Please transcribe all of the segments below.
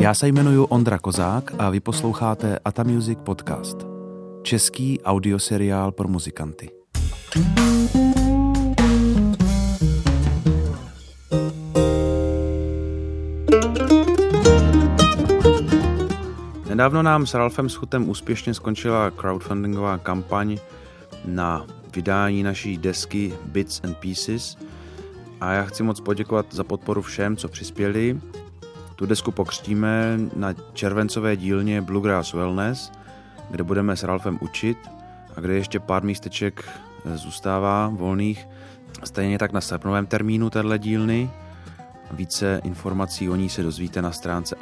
Já se jmenuji Ondra Kozák a vy posloucháte Ata Music Podcast. Český audioseriál pro muzikanty. Nedávno nám s Ralfem Schutem úspěšně skončila crowdfundingová kampaň na vydání naší desky Bits and Pieces a já chci moc poděkovat za podporu všem, co přispěli. Tu desku pokřtíme na červencové dílně Bluegrass Wellness, kde budeme s Ralfem učit a kde ještě pár místeček zůstává volných. Stejně tak na srpnovém termínu téhle dílny. Více informací o ní se dozvíte na stránce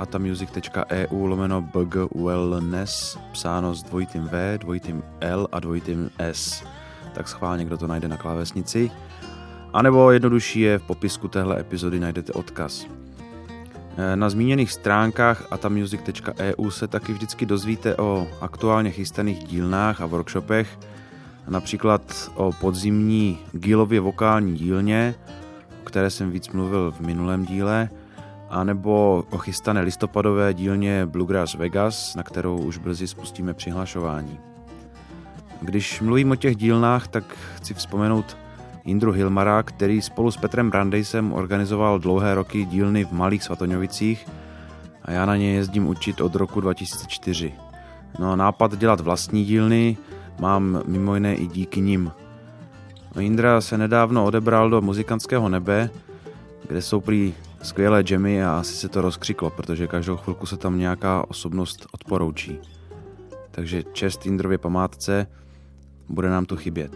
atamusic.eu/bgwellness, psáno s dvojitým V, dvojitým L a dvojitým S. Tak schválně, kdo to najde na klávesnici. A nebo jednodušší je, v popisku téhle epizody najdete odkaz. Na zmíněných stránkách atamusic.eu se taky vždycky dozvíte o aktuálně chystaných dílnách a workshopech, například o podzimní Gilově vokální dílně, o které jsem víc mluvil v minulém díle, anebo o chystané listopadové dílně Bluegrass Vegas, na kterou už brzy spustíme přihlašování. Když mluvím o těch dílnách, tak chci vzpomenout Jindru Hilmara, který spolu s Petrem Brandejsem organizoval dlouhé roky dílny v Malých Svatoňovicích a já na ně jezdím učit od roku 2004. No, nápad dělat vlastní dílny mám mimo jiné i díky nim. Jindra se nedávno odebral do Muzikantského nebe, kde jsou prý skvělé jammy a asi se to rozkřiklo, protože každou chvilku se tam nějaká osobnost odporoučí. Takže čest Jindrově památce, bude nám tu chybět.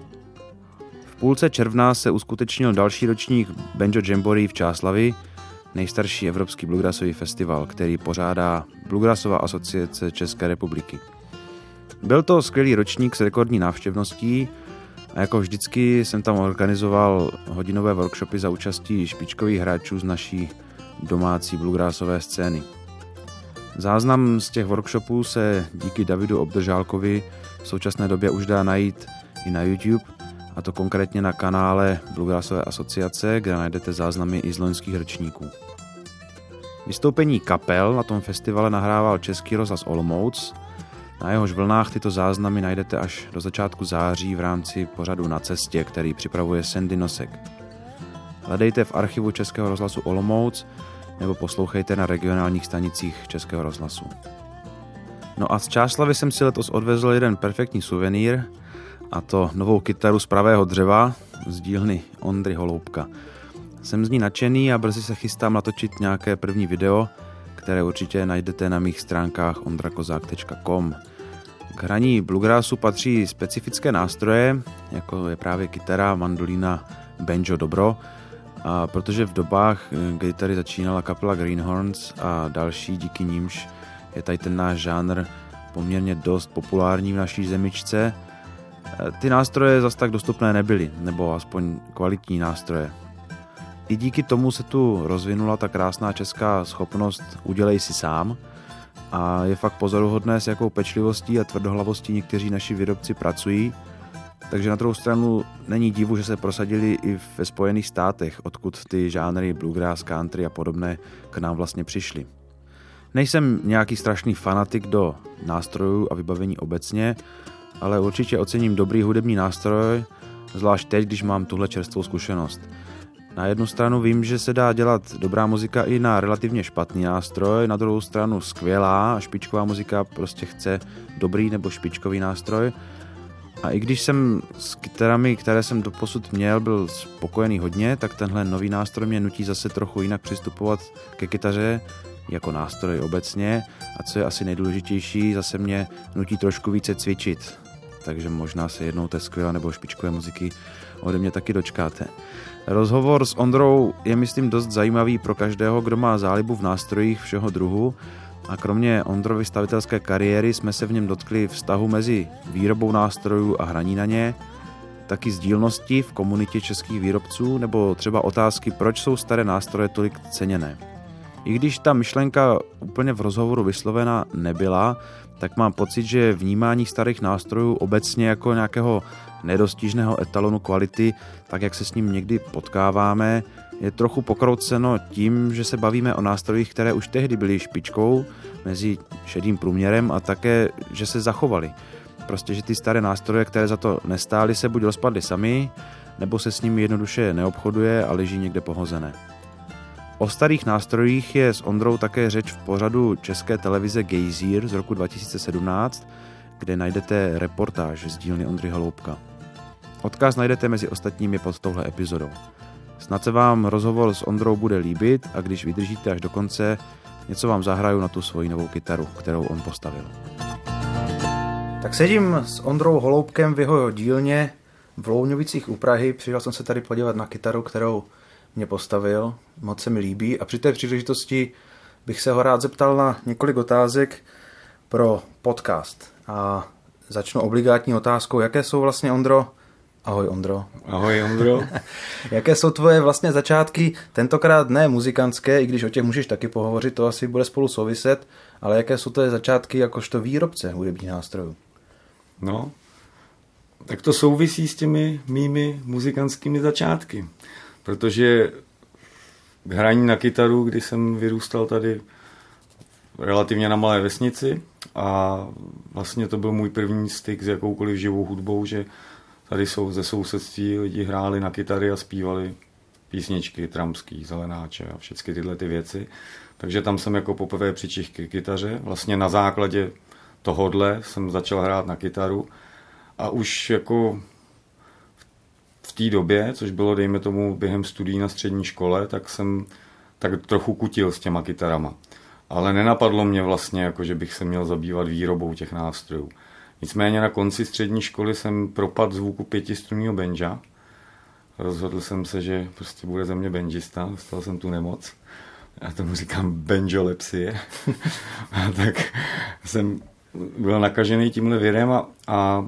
V půlce června se uskutečnil další ročník Banjo Jamboree v Čáslavi, nejstarší evropský bluegrassový festival, který pořádá Bluegrassová asociace České republiky. Byl to skvělý ročník s rekordní návštěvností a jako vždycky jsem tam organizoval hodinové workshopy za účastí špičkových hráčů z naší domácí bluegrassové scény. Záznam z těch workshopů se díky Davidu Obdržálkovi v současné době už dá najít i na YouTube, a to konkrétně na kanále Bluegrassové asociace, kde najdete záznamy i z loňských ročníků. Vystoupení kapel na tom festivale nahrával Český rozhlas Olomouc. Na jehož vlnách tyto záznamy najdete až do začátku září v rámci pořadu Na cestě, který připravuje Sandy Nosek. Hledejte v archivu Českého rozhlasu Olomouc nebo poslouchejte na regionálních stanicích Českého rozhlasu. No a z Čáslavy jsem si letos odvezl jeden perfektní suvenýr, a to novou kytaru z pravého dřeva z dílny Ondry Holoubka. Jsem z ní nadšený a brzy se chystám natočit nějaké první video, které určitě najdete na mých stránkách ondrakozák.com. K hraní bluegrassu patří specifické nástroje, jako je právě kytara, mandolína, banjo, dobro, a protože v dobách, kdy tady začínala kapela Greenhorns a další, díky nímž je tady ten náš žánr poměrně dost populární v naší zemičce, ty nástroje zas tak dostupné nebyly, nebo aspoň kvalitní nástroje. I díky tomu se tu rozvinula ta krásná česká schopnost udělej si sám a je fakt pozoruhodné, s jakou pečlivostí a tvrdohlavostí někteří naši výrobci pracují, takže na druhou stranu není divu, že se prosadili i ve Spojených státech, odkud ty žánry bluegrass, country a podobné k nám vlastně přišly. Nejsem nějaký strašný fanatik do nástrojů a vybavení obecně, ale určitě ocením dobrý hudební nástroj, zvlášť teď, když mám tuhle čerstvou zkušenost. Na jednu stranu vím, že se dá dělat dobrá muzika i na relativně špatný nástroj, na druhou stranu skvělá a špičková muzika prostě chce dobrý nebo špičkový nástroj. A i když jsem s kytarami, které jsem doposud měl, byl spokojený hodně, tak tenhle nový nástroj mě nutí zase trochu jinak přistupovat ke kytaře jako nástroj obecně a co je asi nejdůležitější, zase mě nutí trošku více cvičit. Takže možná se jednou té skvělé nebo špičkové muziky ode mě taky dočkáte. Rozhovor s Ondrou je, myslím, dost zajímavý pro každého, kdo má zálibu v nástrojích všeho druhu a kromě Ondrovy stavitelské kariéry jsme se v něm dotkli vztahu mezi výrobou nástrojů a hraní na ně, taky sdílnosti v komunitě českých výrobců nebo třeba otázky, proč jsou staré nástroje tolik ceněné. I když ta myšlenka úplně v rozhovoru vyslovena nebyla, tak mám pocit, že vnímání starých nástrojů obecně jako nějakého nedostižného etalonu kvality, tak jak se s ním někdy potkáváme, je trochu pokrouceno tím, že se bavíme o nástrojích, které už tehdy byly špičkou mezi šedým průměrem a také, že se zachovaly. Prostě, že ty staré nástroje, které za to nestály, se buď rozpadly sami, nebo se s nimi jednoduše neobchoduje a leží někde pohozené. O starých nástrojích je s Ondrou také řeč v pořadu české televize Gejzír z roku 2017, kde najdete reportáž z dílny Ondry Holoubka. Odkaz najdete mezi ostatními pod touhle epizodou. Snad se vám rozhovor s Ondrou bude líbit a když vydržíte až do konce, něco vám zahraju na tu svoji novou kytaru, kterou on postavil. Tak sedím s Ondrou Holoubkem v jeho dílně v Louňovicích u Prahy. Přišel jsem se tady podívat na kytaru, kterou mě postavil. Moc se mi líbí a při té příležitosti bych se ho rád zeptal na několik otázek pro podcast. A začnu obligátní otázkou. Jaké jsou vlastně, Ondro... Ahoj, Ondro. Ahoj, Ondro. Jaké jsou tvoje vlastně začátky, tentokrát ne muzikantské, i když o těch můžeš taky pohovořit, to asi bude spolu souviset, ale jaké jsou tvoje začátky jakožto výrobce hudebních nástrojů? No, tak to souvisí s těmi mými muzikantskými začátky, protože k hraní na kytaru, kdy jsem vyrůstal tady relativně na malé vesnici a vlastně to byl můj první styk s jakoukoliv živou hudbou, že tady jsou ze sousedství lidi hráli na kytary a zpívali písničky, Tramský, Zelenáče a všechny tyhle ty věci. Takže tam jsem jako poprvé přičihl k kytaře. Vlastně na základě tohodle jsem začal hrát na kytaru a už jako v té době, což bylo dejme tomu během studií na střední škole, tak jsem tak trochu kutil s těma kytarama. Ale nenapadlo mě vlastně, jako, že bych se měl zabývat výrobou těch nástrojů. Nicméně na konci střední školy jsem propadl zvuku 5strunného banja. Rozhodl jsem se, že prostě bude ze mě banjista, dostal jsem tu nemoc. Já tomu říkám banjolepsie. A tak jsem byl nakažený tímhle virem a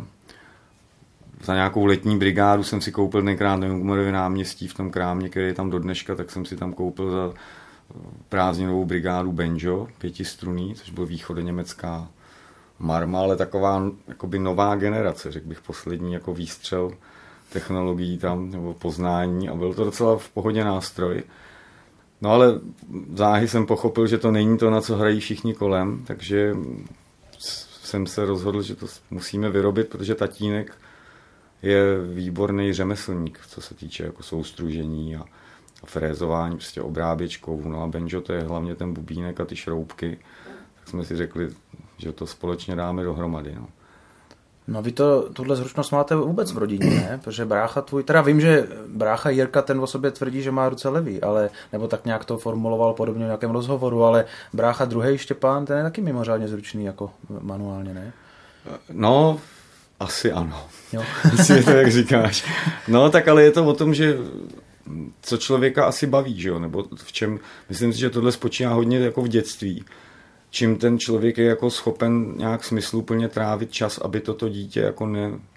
za nějakou letní brigádu jsem si koupil tenkrát na Jugomorově náměstí v tom krámě, který je tam do dneška, tak jsem si tam koupil za prázdninovou brigádu banjo, 5strunný, což byl východoněmecká marma, ale taková jakoby nová generace, řekl bych poslední jako výstřel technologií tam, nebo poznání a byl to docela v pohodě nástroj. No ale záhy jsem pochopil, že to není to, na co hrají všichni kolem, takže jsem se rozhodl, že to musíme vyrobit, protože tatínek je výborný řemeslník, co se týče jako soustružení a frézování, prostě obráběčkou. No a banjo to je hlavně ten bubínek a ty šroubky. Tak jsme si řekli, že to společně dáme dohromady. No vy tuhle zručnost máte vůbec v rodině, ne? Protože brácha tvůj, teda vím, že brácha Jirka ten o sobě tvrdí, že má ruce levý, ale, nebo tak nějak to formuloval podobně v nějakém rozhovoru, ale brácha druhý Štěpán, ten je taky mimořádně zručný jako manuálně, ne? No, asi ano. Jo. Asi je to, jak říkáš. No, tak ale je to o tom, že co člověka asi baví, že jo? Nebo v čem, myslím si, že tohle spočívá hodně jako v dětství. Čím ten člověk je jako schopen nějak smysluplně trávit čas, aby toto dítě jako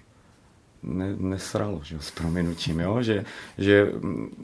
nesralo, že jo, s prominutím, jo? Že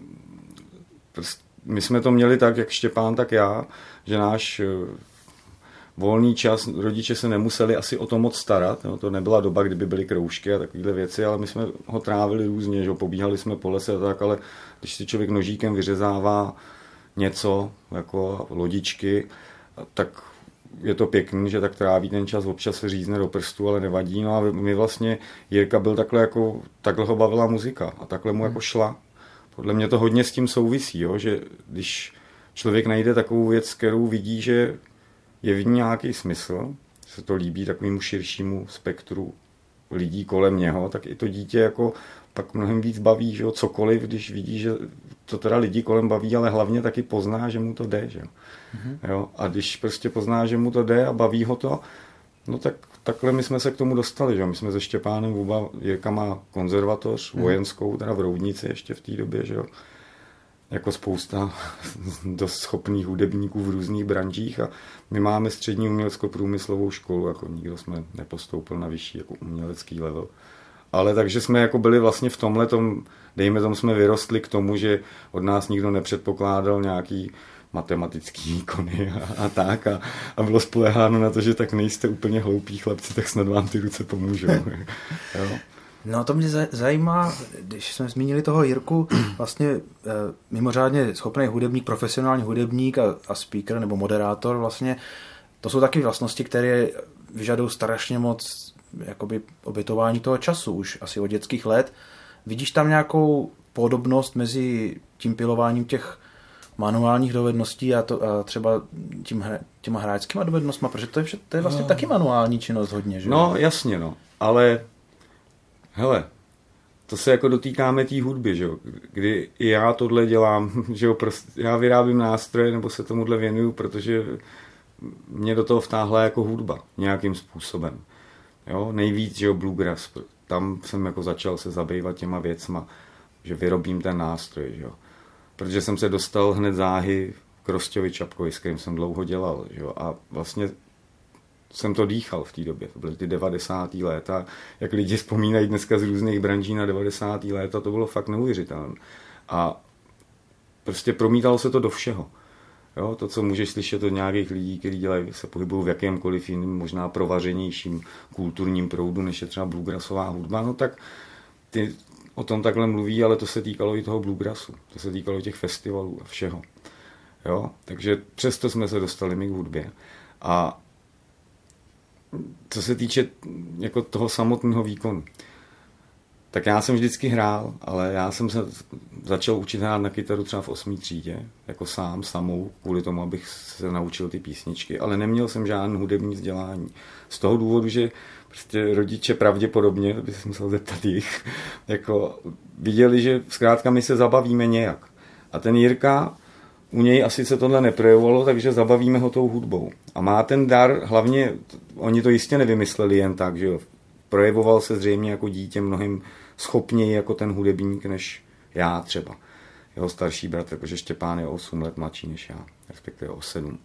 prostě my jsme to měli tak, jak Štěpán, tak já, že náš volný čas, rodiče se nemuseli asi o to moc starat, jo? To nebyla doba, kdyby byly kroužky a takovéhle věci, ale my jsme ho trávili různě, že jo? Pobíhali jsme po lese a tak, ale když si člověk nožíkem vyřezává něco, jako lodičky, tak je to pěkný, že tak tráví ten čas, občas se řízne do prstu, ale nevadí. No a my vlastně, Jirka byl takhle ho bavila muzika a takhle mu jako šla. Podle mě to hodně s tím souvisí, jo? Že když člověk najde takovou věc, kterou vidí, že je v ní nějaký smysl, se to líbí takovému širšímu spektru lidí kolem něho, tak i to dítě jako pak mnohem víc baví, že jo? Cokoliv, když vidí, že to teda lidi kolem baví, ale hlavně taky pozná, že mu to jde. Že? Jo? A když prostě pozná, že mu to jde a baví ho to, no tak takhle my jsme se k tomu dostali. Že? My jsme se Štěpánem oba, Jirka má konzervatoř vojenskou, teda v Roudnici ještě v té době, že jo? Jako spousta dost schopných hudebníků v různých branžích a my máme střední umělecko-průmyslovou školu, jako nikdo jsme nepostoupil na vyšší jako umělecký level. Ale takže jsme jako byli vlastně v tomhletom, dejme tomu, jsme vyrostli k tomu, že od nás nikdo nepředpokládal nějaký matematický výkony a tak a bylo spoléháno na to, že tak nejste úplně hloupí chlapci, tak snad vám ty ruce pomůžou. Jo. No to mě zajímá, když jsme zmínili toho Jirku, vlastně mimořádně schopný hudebník, profesionální hudebník a speaker nebo moderátor vlastně, to jsou taky vlastnosti, které vyžadují strašně moc jakoby obětování toho času, už asi od dětských let. Vidíš tam nějakou podobnost mezi tím pilováním těch manuálních dovedností a třeba těma hráčskýma dovednostma, protože to je vlastně taky manuální činnost hodně, že? No jasně, no, ale hele, to se jako dotýkáme té hudby, že jo, kdy i já tohle dělám, že jo, prostě já vyrábím nástroje nebo se tomuhle věnuju, protože mě do toho vtáhla jako hudba nějakým způsobem, jo, nejvíc, že jo, bluegrass, tam jsem jako začal se zabývat těma věcma, že vyrobím ten nástroj, že jo, protože jsem se dostal hned záhy k Rosťovi Čapkovi, s kterým jsem dlouho dělal, že jo, a vlastně jsem to dýchal v té době, to byly ty 90. léta, jak lidi vzpomínají dneska z různých branží na 90. léta, to bylo fakt neuvěřitelné. A prostě promítalo se to do všeho. Jo, to, co můžeš slyšet od nějakých lidí, kteří se pohybují v jakémkoliv jiném, možná provařenějším kulturním proudu, než je třeba bluegrassová hudba, no tak ty o tom takhle mluví, ale to se týkalo i toho bluegrassu, to se týkalo těch festivalů a všeho. Jo, takže přesto jsme se dostali my k hudbě. A co se týče jako toho samotného výkonu, tak já jsem vždycky hrál, ale já jsem se začal učit hrát na kytaru třeba v 8. třídě, jako samou, kvůli tomu, abych se naučil ty písničky, ale neměl jsem žádné hudební vzdělání. Z toho důvodu, že prostě rodiče pravděpodobně, to by se musel zeptat jich, jako viděli, že zkrátka my se zabavíme nějak. A ten Jirka, u něj asi se tohle neprojevovalo, takže zabavíme ho tou hudbou. A má ten dar, hlavně, oni to jistě nevymysleli jen tak, že jo, projevoval se zřejmě jako dítě mnohem schopněji jako ten hudebník, než já třeba. Jeho starší bratr, protože Štěpán je 8 let mladší než já, respektive o 7.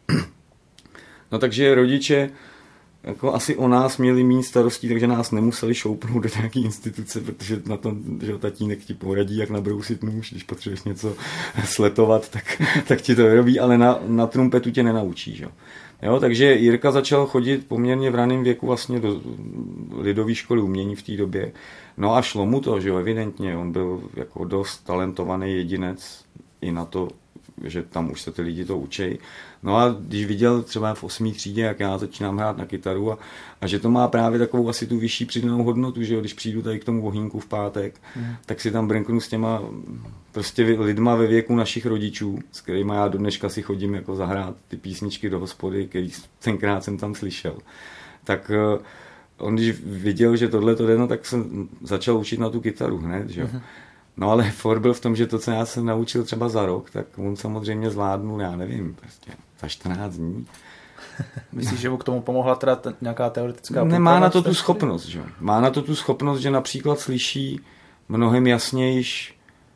No takže rodiče jako asi o nás měli méně starostí, takže nás nemuseli šoupnout do nějaké instituce, protože na tom, že tatínek ti poradí, jak nabrousit nůž, když potřebuješ něco sletovat, tak ti to vyrobí, ale na trumpetu tě nenaučí. Že? Jo, takže Jirka začal chodit poměrně v raném věku vlastně do lidové školy umění v té době. No a šlo mu to, že jo, evidentně, on byl jako dost talentovaný jedinec i na to, že tam už se ty lidi to učí. No a když viděl třeba v 8. třídě, jak já začínám hrát na kytaru a že to má právě takovou asi tu vyšší přidanou hodnotu, že jo, když přijdu tady k tomu ohýnku v pátek, tak si tam brnknu s těma prostě lidma ve věku našich rodičů, s kterýma já do dneška si chodím jako zahrát ty písničky do hospody, který tenkrát jsem tam slyšel. Tak on když viděl, že tohle to jde, no, tak jsem začal učit na tu kytaru hned, že jo. No ale for byl v tom, že to, co já jsem naučil třeba za rok, tak on samozřejmě zvládnul, já nevím, prostě za 14 dní. Myslíš, že mu k tomu pomohla teda nějaká teoretická... Nemá na to tu schopnost, že? Má na to tu schopnost, že například slyší mnohem jasnějiš,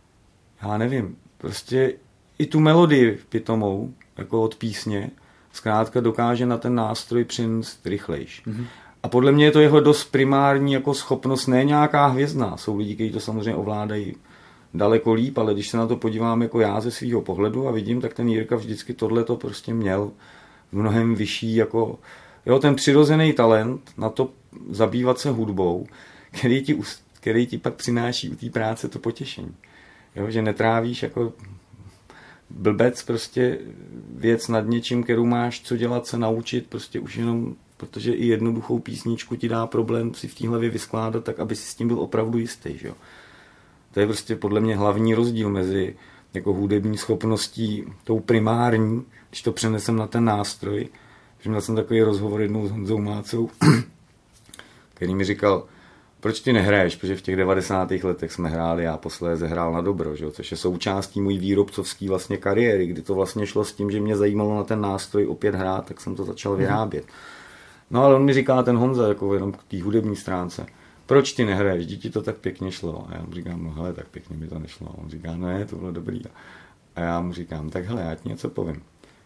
já nevím, prostě i tu melodii pitomou, jako od písně, zkrátka dokáže na ten nástroj přinést rychlejš. A podle mě je to jeho dost primární jako schopnost, ne nějaká hvězdná. Jsou lidi, kteří to samozřejmě ovládají daleko líp, ale když se na to podívám jako já ze svého pohledu a vidím, tak ten Jirka vždycky tohleto prostě měl mnohem vyšší, jako, jo, ten přirozený talent na to zabývat se hudbou, který ti pak přináší u té práce to potěšení. Jo, že netrávíš jako blbec prostě věc nad něčím, kterou máš co dělat, se naučit, prostě už jenom protože i jednoduchou písničku ti dá problém si v té hlavě vyskládat, tak aby si s tím byl opravdu jistý. Že jo? To je prostě podle mě hlavní rozdíl mezi jako hudební schopností, tou primární, když to přenesem na ten nástroj. Měl jsem takový rozhovor jednou s Honzou Mácou, který mi říkal, proč ty nehraješ, protože v těch 90. letech jsme hráli, já posléze hrál na dobro, že? Což je součástí mojí výrobcovský vlastně kariéry, kdy to vlastně šlo s tím, že mě zajímalo na ten nástroj opět hrát, tak jsem to začal vyrábět. No ale on mi říká ten Honza, jako jenom k té hudební stránce, proč ty nehraješ, ti to tak pěkně šlo. A já mu říkám, no hele, tak pěkně mi to nešlo. A on říká, ne, to bylo dobrý. A já mu říkám, tak hele, já ti něco povím.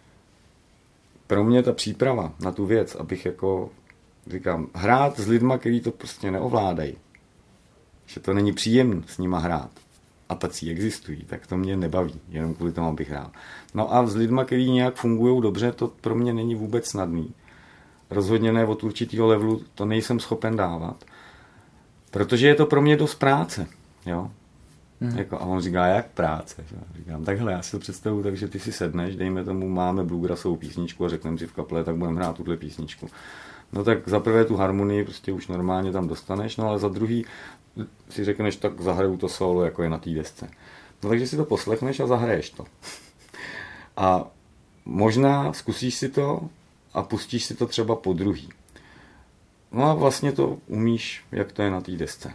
Pro mě ta příprava na tu věc, abych jako, říkám, hrát s lidma, kteří to prostě neovládají, že to není příjemné s nima hrát, a tací existují, tak to mě nebaví, jenom kvůli tomu, abych hrál. No a s lidma, kteří nějak fungují dobře, to pro mě není vůbec snadný. Rozhodně ne od určitého levelu, to nejsem schopen dávat. Protože je to pro mě dost práce, jo. Jako, a on říká, jak práce? Říkám, takhle, já si to představuji, takže ty si sedneš, dejme tomu, máme bluegrassovou písničku a řekneme si v kaple, tak budeme hrát tuhle písničku. No tak za prvé tu harmonii prostě už normálně tam dostaneš, no ale za druhý si řekneš, tak zahraju to solo, jako je na té desce. No takže si to poslechneš a zahraješ to. A možná zkusíš si to a pustíš si to třeba po druhý. No a vlastně to umíš, jak to je na té desce.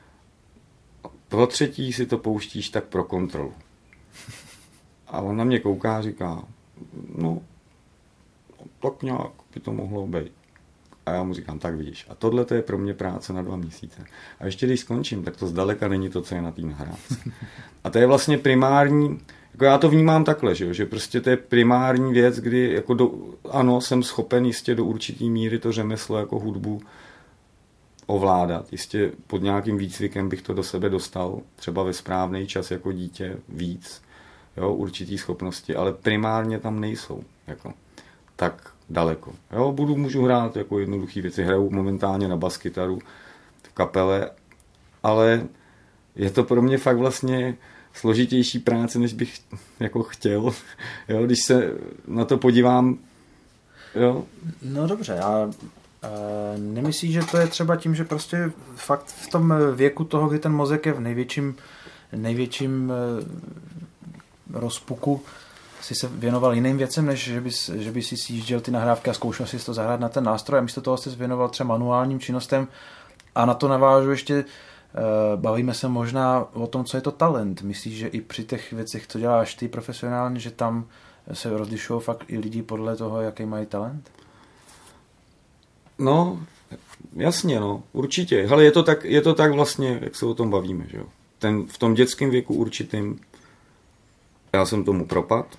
Po třetí si to pouštíš tak pro kontrolu. A on na mě kouká a říká, no, tak nějak by to mohlo být. A já mu říkám, tak vidíš. A tohle to je pro mě práce na 2 měsíce. A ještě když skončím, tak to zdaleka není to, co je na té nahrávce. A to je vlastně primární, jako já to vnímám takhle, že prostě to je primární věc, kdy jako ano, jsem schopen jistě do určitý míry to řemeslo jako hudbu ovládat. Jistě pod nějakým výcvikem bych to do sebe dostal, třeba ve správný čas jako dítě víc, jo, určitý schopnosti, ale primárně tam nejsou, jako tak daleko. Jo, můžu hrát jako jednoduché věci, hraju momentálně na baskytaru v kapele, ale je to pro mě fakt vlastně složitější práce, než bych jako chtěl, jo, když se na to podívám, jo. No dobře, a nemyslíš, že to je třeba tím, že prostě fakt v tom věku toho, kdy ten mozek je v největším rozpuku, si se věnoval jiným věcem, než že by si sjížděl ty nahrávky a zkoušel si to zahrát na ten nástroj a místo toho jsi věnoval třeba manuálním činnostem a na to navážu ještě bavíme se možná o tom, co je to talent. Myslíš, že i při těch věcech, co děláš ty profesionálně, že tam se rozlišují fakt i lidi podle toho, jaký mají talent? No, jasně, no, určitě. Hele, je to tak vlastně, jak se o tom bavíme, že jo. V tom dětském věku určitým já jsem tomu propad,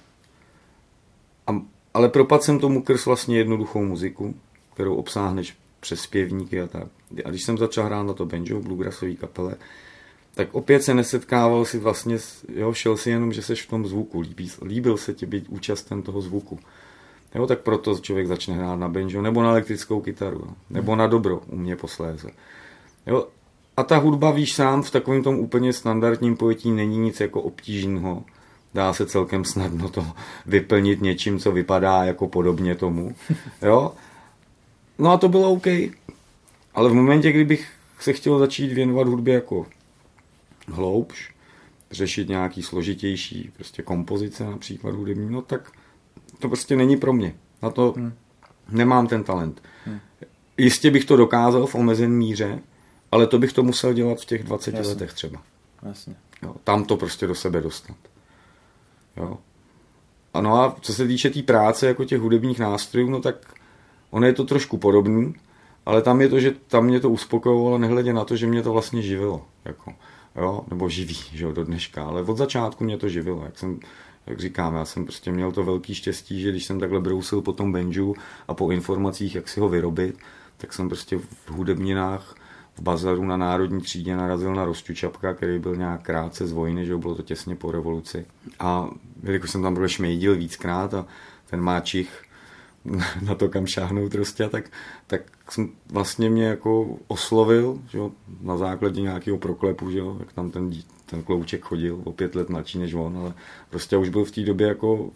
ale propad jsem tomu krz vlastně jednoduchou muziku, kterou obsáhneš přes zpěvníky a tak. A když jsem začal hrát na to banjo, bluegrassový kapele, tak opět se nesetkával si vlastně, jo, šel si jenom, že seš v tom zvuku, líbil se ti být účasten toho zvuku. Jo, tak proto člověk začne hrát na banjo, nebo na elektrickou kytaru, jo, nebo na dobro, u mě posléze. Jo, a ta hudba, víš sám, v takovém tom úplně standardním pojetí není nic jako obtížného. Dá se celkem snadno to vyplnit něčím, co vypadá jako podobně tomu. Jo? No a to bylo OK. Ale v momentě, kdybych se chtěl začít věnovat hudbě jako hloubš, řešit nějaký složitější prostě kompozice, například hudební, no tak to prostě není pro mě. Na to nemám ten talent. Jistě bych to dokázal v omezené míře, ale to bych to musel dělat v těch 20 letech třeba. Jasně. Jo, tam to prostě do sebe dostat. Jo. Ano a co se týče té práce jako těch hudebních nástrojů, no tak ono je to trošku podobný, ale tam je to, že tam mě to uspokojovalo, nehledě na to, že mě to vlastně živilo. Jako, jo, nebo živí, že jo, do dneška, ale od začátku mě to živilo. Jak říkám, já jsem prostě měl to velký štěstí, že když jsem takhle brousil po tom banju a po informacích, jak si ho vyrobit, tak jsem prostě v hudebninách v bazaru na Národní třídě narazil na Rosťu Čapka, který byl nějak krátce z vojny, že bylo to těsně po revoluci. A jelikož jsem tam byl šmejdil víckrát a ten máčich na to, kam šáhnout Rostě, tak jsem vlastně mě jako oslovil, že jo, na základě nějakého proklepu, že jo, jak tam ten klouček chodil, o 5 let mladší než on, ale prostě už byl v té době jako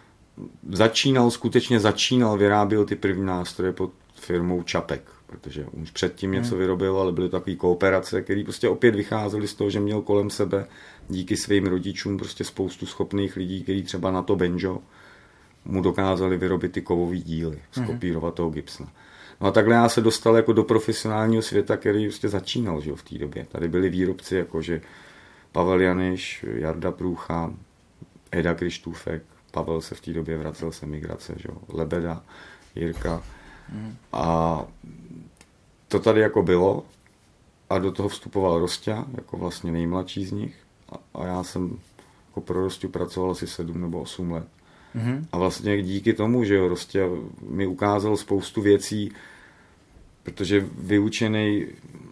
skutečně začínal, vyráběl ty první nástroje pod firmou Čapek, protože už předtím něco vyrobil, ale byly takové kooperace, které prostě opět vycházely z toho, že měl kolem sebe díky svým rodičům prostě spoustu schopných lidí, kteří třeba na to banjo mu dokázali vyrobit ty kovový díly, skopírovat toho Gibsona. No a takhle já se dostal jako do profesionálního světa, který prostě začínal, že v té době. Tady byli výrobci jakože Pavel Janiš, Jarda Průcha, Eda Krištůfek, Pavel se v té době vracel z emigrace, že? Lebeda, Jirka. A to tady jako bylo a do toho vstupoval Rosťa, jako vlastně nejmladší z nich a já jsem jako pro Rosťu pracoval asi 7 nebo 8 let. A vlastně díky tomu, že jo, Rosťa mi ukázal spoustu věcí, protože vyučený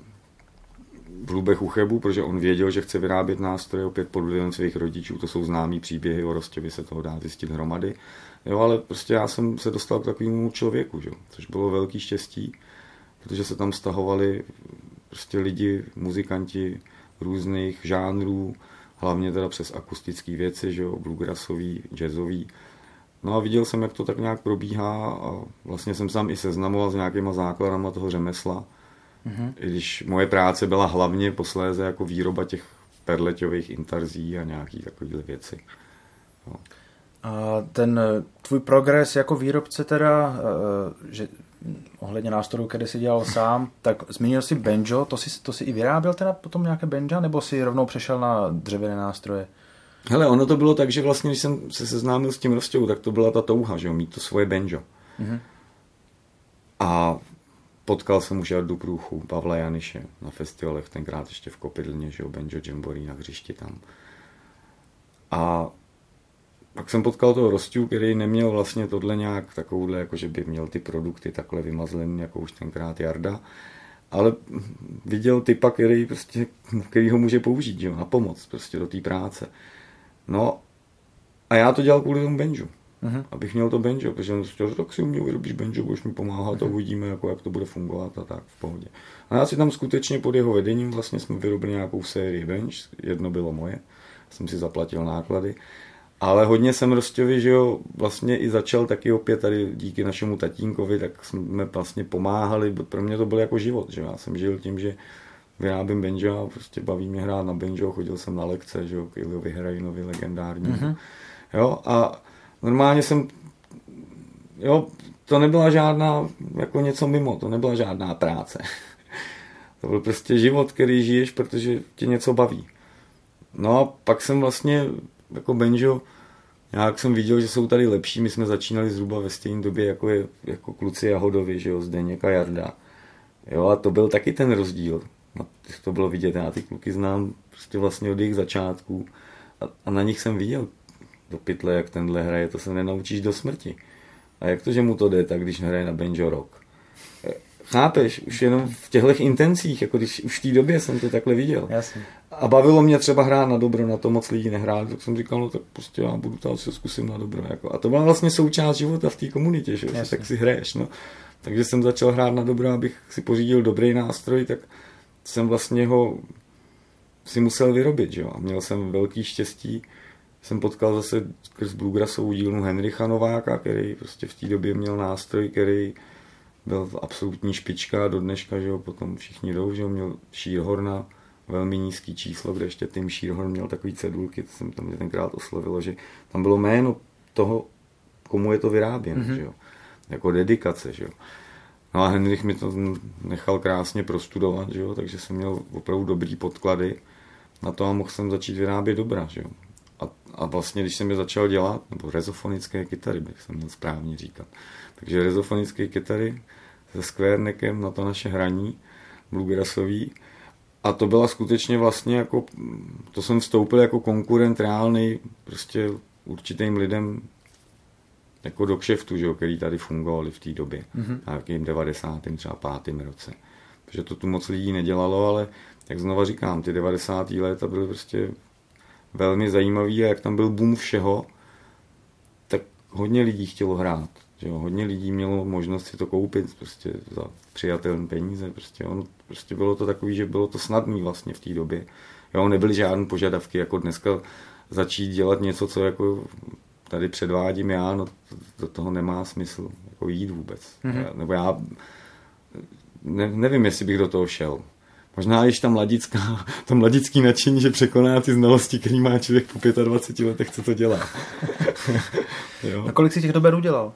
v Lubech u Chebu, protože on věděl, že chce vyrábět nástroje opět pod vlivem svých rodičů, to jsou známý příběhy o Rostěvi, se toho dá zjistit hromady. Jo, ale prostě já jsem se dostal k takovému člověku, že? Což bylo velký štěstí, protože se tam stahovali prostě lidi, muzikanti různých žánrů, hlavně teda přes akustické věci, že jo, bluegrassový, jazzový. No a viděl jsem, jak to tak nějak probíhá a vlastně jsem sám i seznamoval s nějakýma základama toho řemesla. I když moje práce byla hlavně posléze jako výroba těch perleťových intarzí a nějaký takovýhle věci. No. A ten tvůj progres jako výrobce teda, že ohledně nástrojů, které jsi dělal sám, tak zmínil jsi banjo, to si i vyráběl teda potom nějaké banjo, nebo si rovnou přešel na dřevěné nástroje? Hele, ono to bylo tak, že vlastně, když jsem se seznámil s tím Rostou, tak to byla ta touha, že jo, mít to svoje banjo. A potkal jsem už Jardu Průchu, Pavla Janiše na festivalech, tenkrát ještě v Kopidlně, že jo, banjo jamboree na hřišti tam. A pak jsem potkal toho Rostu, který neměl vlastně tohle nějak takovouhle, jako že by měl ty produkty takhle vymazlený, jako už tenkrát Jarda, ale viděl typa, který ho může použít, že jo, na pomoc prostě do té práce. No a já to dělal kvůli tomu banjo. Abych měl to banjo, protože on říkal, tak si u mě vyrobíš banjo, budeš mi pomáhat a uvidíme, jako, jak to bude fungovat a tak v pohodě. A já si tam skutečně pod jeho vedením vlastně jsme vyrobili nějakou sérii banj, jedno bylo moje, jsem si zaplatil náklady. Ale hodně jsem Rostovi, že jo, vlastně i začal taky opět tady díky našemu tatínkovi, tak jsme vlastně pomáhali, pro mě to byl jako život, že jo, já jsem žil tím, že vyrábím banjo a prostě baví mě hrát na banjo, chodil jsem na lekce, že jo, k Iliovi Herainovi legendárnímu, jo, a normálně jsem, jo, to nebyla žádná, jako něco mimo, to nebyla žádná práce, to byl prostě život, který žiješ, protože tě něco baví. No a pak jsem vlastně jako banjo, nějak jsem viděl, že jsou tady lepší, my jsme začínali zhruba ve stejné době jako kluci Jahodovi, že jo, Zdeněk a Jarda. Jo, a to byl taky ten rozdíl. To bylo vidět, já ty kluky znám prostě vlastně od jejich začátků a na nich jsem viděl do pytle, jak tenhle hraje, to se nenaučíš do smrti. A jak to, že mu to jde, tak když hraje na banjo rock. Chápeš, už jenom v těchto intencích, jako když už v té době jsem to takhle viděl. Jasně. A bavilo mě třeba hrát na dobro, na to moc lidí nehráli, tak jsem říkal, no tak prostě já budu to asi zkusím na dobro. Jako. A to byla vlastně součást života v té komunitě, že tak si hraješ. No. Takže jsem začal hrát na dobro, abych si pořídil dobrý nástroj, tak jsem vlastně ho si musel vyrobit. Že? A měl jsem velký štěstí, jsem potkal zase skrz bluegrassovou dílnu Henricha Nováka, který prostě v té době měl nástroj, který byl absolutní špička do dneška, že jo, potom všichni jdou, že jo, měl Shearhorna, velmi nízký číslo, kde ještě Tim Shearhorn měl takový cedulky, to mě tenkrát oslovilo, že tam bylo jméno toho, komu je to vyráběno, že jo, jako dedikace, že jo. No a Henrich mi to nechal krásně prostudovat, že jo, takže jsem měl opravdu dobrý podklady na to a mohl jsem začít vyrábět dobra, že jo. A vlastně, když jsem je začal dělat, nebo rezofonické kytary, bych se měl správně říkat, takže rezofonické kytary se skvérnekem na to naše hraní, bluegrassový, a to byla skutečně vlastně jako, to jsem vstoupil jako konkurent reálný prostě určitým lidem jako do kšeftu, že jo, který tady fungovali v té době, a jakým 90. třeba 5. roce. Protože to tu moc lidí nedělalo, ale jak znova říkám, ty 90. léta byly prostě velmi zajímavý a jak tam byl boom všeho, tak hodně lidí chtělo hrát. Že jo, hodně lidí mělo možnost si to koupit prostě za přijatelné peníze. Prostě bylo to takový, že bylo to snadný vlastně v té době. Jo, nebyly žádné požadavky, jako dneska začít dělat něco, co jako tady předvádím já, no do toho nemá smysl jako jít vůbec. Nebo já nevím, jestli bych do toho šel. Možná když ta mladický nadšení, že překoná ty znalosti, který má člověk po 25 letech, co to dělá. Jo. A kolik si těch doberů dělal?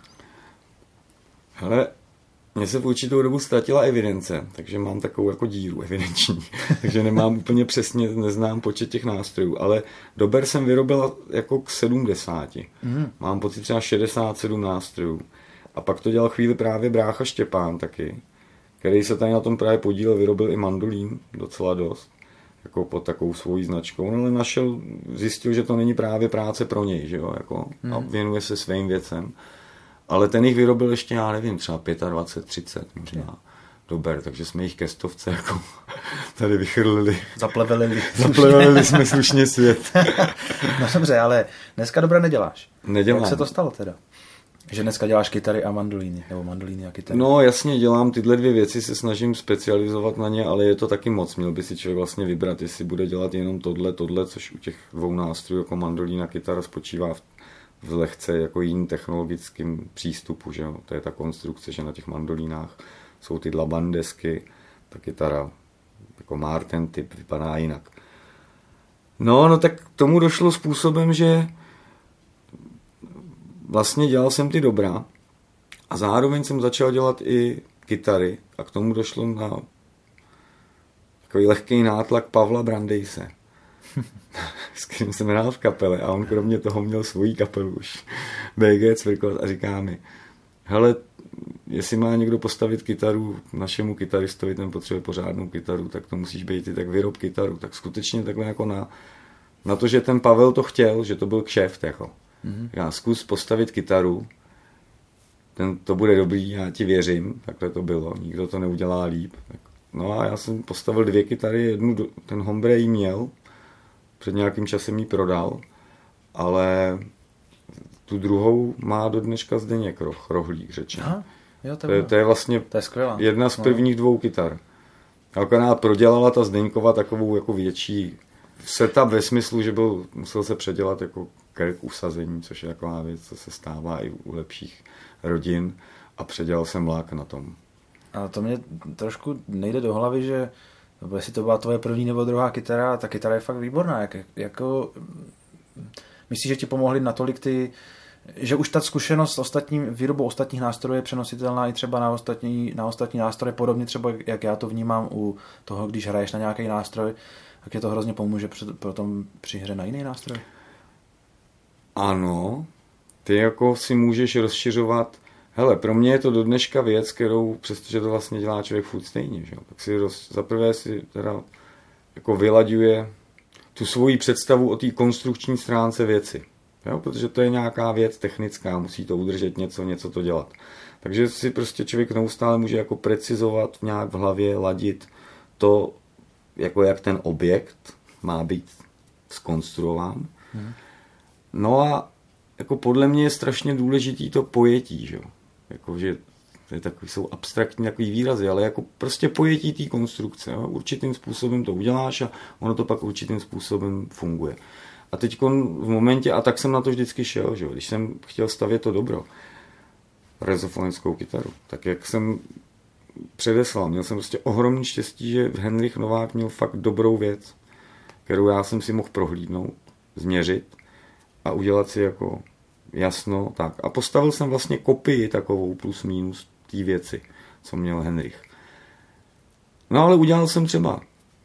Hele, mně se v určitou dobu ztratila evidence, takže mám takovou jako díru evidenční. Takže nemám úplně přesně, neznám počet těch nástrojů, ale dober jsem vyrobil jako k 70. Mám pocit třeba 67 nástrojů. A pak to dělal chvíli právě brácha Štěpán taky, který se tady na tom právě podílel, vyrobil i mandolín docela dost, jako pod takovou svojí značkou, no, ale zjistil, že to není právě práce pro něj, že jo, jako, a věnuje se svým věcem. Ale ten jich vyrobil ještě, já nevím, třeba 25, 30 možná dober, takže jsme jich ke 100 jako tady vychrlili. Zaplevelili jsme slušně svět. No dobře, ale dneska dobra neděláš. Nedělám. Jak se to stalo teda? Že dneska děláš kytary a mandolíny, nebo mandolíny a kytary. No jasně, dělám tyhle dvě věci, se snažím specializovat na ně, ale je to taky moc. Měl by si člověk vlastně vybrat, jestli bude dělat jenom tohle, což u těch dvou nástrojů jako mandolína a kytara spočívá v lehce jako jiným technologickým přístupu, že jo? To je ta konstrukce, že na těch mandolínách jsou ty dlabandesky, ta kytara jako Martin typ vypadá jinak. No tak k tomu došlo způsobem, že vlastně dělal jsem ty dobra a zároveň jsem začal dělat i kytary a k tomu došlo na takový lehký nátlak Pavla Brandejse, s kterým jsem hrál v kapele a on kromě toho měl svoji kapelu už, BG Cvirkot, a říká mi, hele, jestli má někdo postavit kytaru našemu kytaristovi, ten potřebuje pořádnou kytaru, tak to musíš být ty, tak vyrob kytaru. Tak skutečně takhle jako na to, že ten Pavel to chtěl, že to byl kšeft, jako. Já zkus postavit kytaru, to bude dobrý, já ti věřím, takhle to bylo, nikdo to neudělá líp. No a já jsem postavil 2 kytary, jednu, ten Hombre jí měl, před nějakým časem jí prodal, ale tu druhou má do dneška Zdeněk Rohlík řečeno. Aha, jo, to je vlastně to je skvělá. Jedna z prvních 2 kytar. Akorát prodělala ta Zdeňkova takovou jako větší setup ve smyslu, že musel se předělat jako krk usazení, což je taková věc, co se stává i u lepších rodin, a předělal jsem lák na tom. A to mě trošku nejde do hlavy, že jestli to byla tvoje první nebo druhá kytara, ta kytara je fakt výborná. Jako, myslíš, že ti pomohly natolik že už ta zkušenost s výrobou ostatních nástrojů je přenositelná i třeba na ostatní nástroje, podobně třeba jak já to vnímám u toho, když hraješ na nějaký nástroj, tak je to hrozně pomůže potom při hře na jiný nástroj? Ano, ty jako si můžeš rozšiřovat. Hele, pro mě je to do dneška věc, kterou, přestože to vlastně dělá člověk furt stejně, že? Tak si zaprvé si teda jako vylaďuje tu svoji představu o té konstrukční stránce věci. Jo? Protože to je nějaká věc technická, musí to udržet něco to dělat. Takže si prostě člověk neustále může jako precizovat nějak v hlavě, ladit to, jako jak ten objekt má být zkonstruován. No a jako podle mě je strašně důležitý to pojetí, že? Jako, že jsou abstraktní takový výrazy, ale jako prostě pojetí té konstrukce. Jo? Určitým způsobem to uděláš a ono to pak určitým způsobem funguje. A teď v momentě, a tak jsem na to vždycky šel, že? Když jsem chtěl stavět to dobro, rezofonickou kytaru, tak jak jsem předeslal, měl jsem prostě ohromný štěstí, že Henrich Novák měl fakt dobrou věc, kterou já jsem si mohl prohlídnout, změřit a udělat si jako jasno, tak. A postavil jsem vlastně kopii takovou plus minus té věci, co měl Henrich. No ale udělal jsem třeba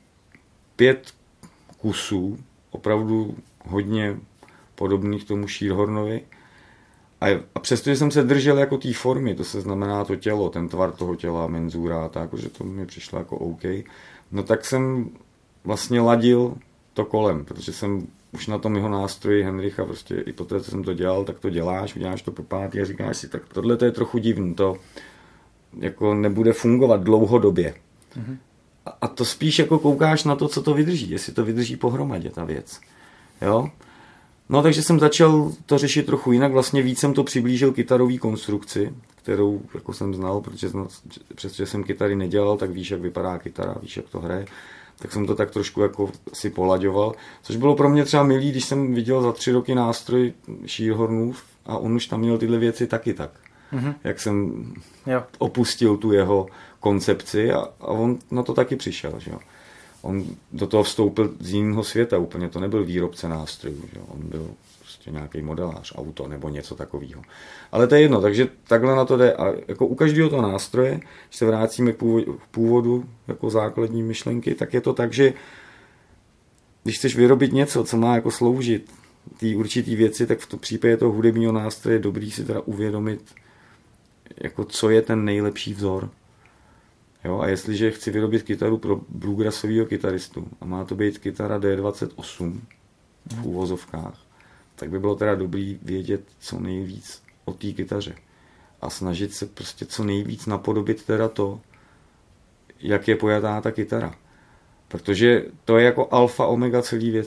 5 kusů, opravdu hodně podobných tomu Shearhornovi. A přestože jsem se držel jako té formy, to se znamená to tělo, ten tvar toho těla, menzura, tak, že to mi přišlo jako OK, no tak jsem vlastně ladil to kolem, protože jsem už na tom jeho nástroji Henricha prostě i poté, co jsem to dělal, tak to děláš, uděláš to po pátý a říkáš si, tak tohle to je trochu divný, to jako nebude fungovat dlouhodobě. Mm-hmm. A to spíš jako koukáš na to, co to vydrží, jestli to vydrží pohromadě ta věc. Jo? No takže jsem začal to řešit trochu jinak, vlastně víc jsem to přiblížil kytarový konstrukci, kterou jako jsem znal, protože jsem kytary nedělal, tak víš, jak vypadá kytara, víš, jak to hraje. Tak jsem to tak trošku jako si polaďoval, což bylo pro mě třeba milý, když jsem viděl za 3 roky nástroj Shearhornův a on už tam měl tyhle věci taky tak. Mm-hmm. Jak jsem opustil tu jeho koncepci a on na to taky přišel. Že jo. On do toho vstoupil z jiného světa úplně, to nebyl výrobce nástrojů, že jo. On byl prostě nějaký modelář, auto nebo něco takového. Ale to je jedno, takže takhle na to jde. A jako u každého toho nástroje, když se vrátíme k původu jako základní myšlenky, tak je to tak, že když chceš vyrobit něco, co má jako sloužit té určitý věci, tak v tom případě toho hudebního nástroje je dobrý si teda uvědomit, jako co je ten nejlepší vzor. Jo, a jestliže chci vyrobit kytaru pro bluegrassového kytaristu a má to být kytara D28 v úvozovkách, tak by bylo teda dobrý vědět co nejvíc o té kytaře a snažit se prostě co nejvíc napodobit teda to, jak je pojatá ta kytara. Protože to je jako alfa omega celý věci.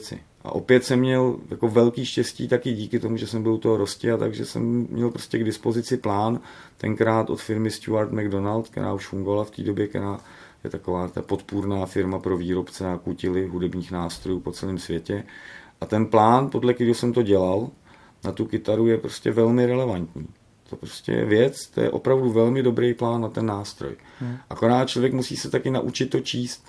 A opět jsem měl jako velký štěstí taky díky tomu, že jsem byl u toho Rosti, a takže jsem měl prostě k dispozici plán, tenkrát od firmy Stuart McDonald, která už fungovala v té době, která je taková ta podpůrná firma pro výrobce a kutily hudebních nástrojů po celém světě. A ten plán, podle kterého jsem to dělal, na tu kytaru je prostě velmi relevantní. To prostě je věc, to je opravdu velmi dobrý plán na ten nástroj. Akorát člověk musí se taky naučit to číst.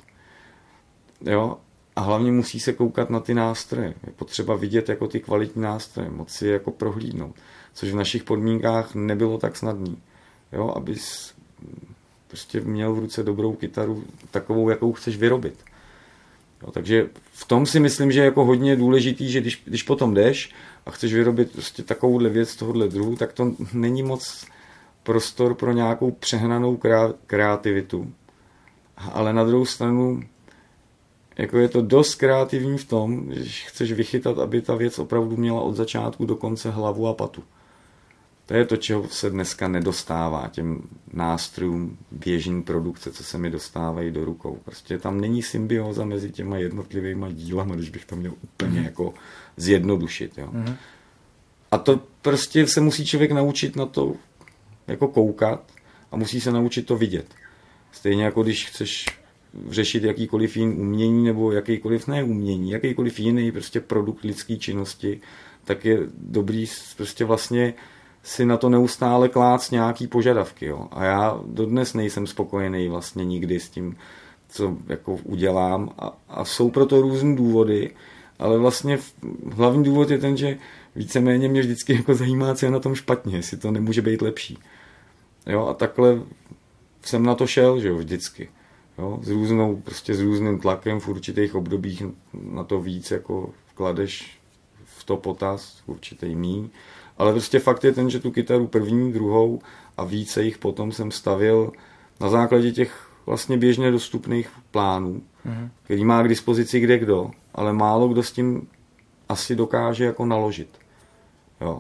Jo? A hlavně musí se koukat na ty nástroje. Je potřeba vidět jako ty kvalitní nástroje, moc si je jako prohlídnout. Což v našich podmínkách nebylo tak snadný. Jo? Abys prostě měl v ruce dobrou kytaru, takovou, jakou chceš vyrobit. Jo? Takže v tom si myslím, že je jako hodně důležitý, že když potom jdeš a chceš vyrobit prostě takovouhle věc tohohle druhu, tak to není moc prostor pro nějakou přehnanou kreativitu. Ale na druhou stranu jako je to dost kreativní v tom, že chceš vychytat, aby ta věc opravdu měla od začátku do konce hlavu a patu. To je to, čeho se dneska nedostává těm nástrojům běžný produkce, co se mi dostávají do rukou. Prostě tam není symbioza mezi těma jednotlivýma dílama, když bych to měl úplně jako zjednodušit. Jo. A to prostě se musí člověk naučit na to jako koukat a musí se naučit to vidět. Stejně jako když chceš řešit jakýkoliv jiný umění nebo jakýkoliv jiný prostě produkt lidské činnosti, tak je dobrý prostě vlastně si na to neustále klást nějaký požadavky. Jo. A já dodnes nejsem spokojený vlastně nikdy s tím, co jako udělám a jsou proto různý důvody, ale vlastně hlavní důvod je ten, že víceméně mě vždycky jako zajímá, co je na tom špatně, jestli to nemůže být lepší. Jo, a takhle jsem na to šel, že jo, vždycky. Jo, s různým tlakem v určitých obdobích na to víc jako kladeš v to potaz, určitý míň. Ale prostě fakt je ten, že tu kytaru první, druhou a více jich potom jsem stavěl na základě těch vlastně běžně dostupných plánů, který má k dispozici kdekdo, ale málo kdo s tím asi dokáže jako naložit. Jo.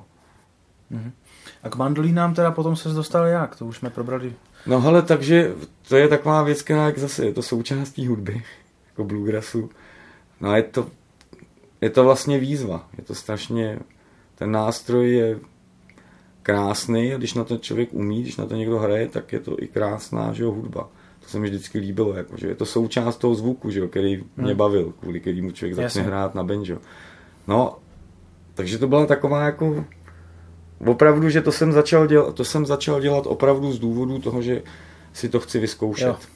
A k mandolínám teda potom ses dostal jak? To už jsme probrali. No hele, takže to je taková věc, která zase je to součástí hudby, jako bluegrassu. No a je to vlastně výzva. Je to strašně, ten nástroj je krásný a když na to člověk umí, když na to někdo hraje, tak je to i krásná, že jo, hudba. To se mi vždycky líbilo, jako, že je to součást toho zvuku, že jo, který mě bavil, kvůli kterému člověk začne hrát na banjo. No, takže to byla taková jako opravdu, že to jsem začal dělat opravdu z důvodu toho, že si to chci vyzkoušet. Jo.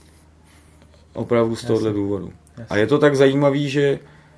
Opravdu z tohohle důvodu. A je to tak zajímavý, že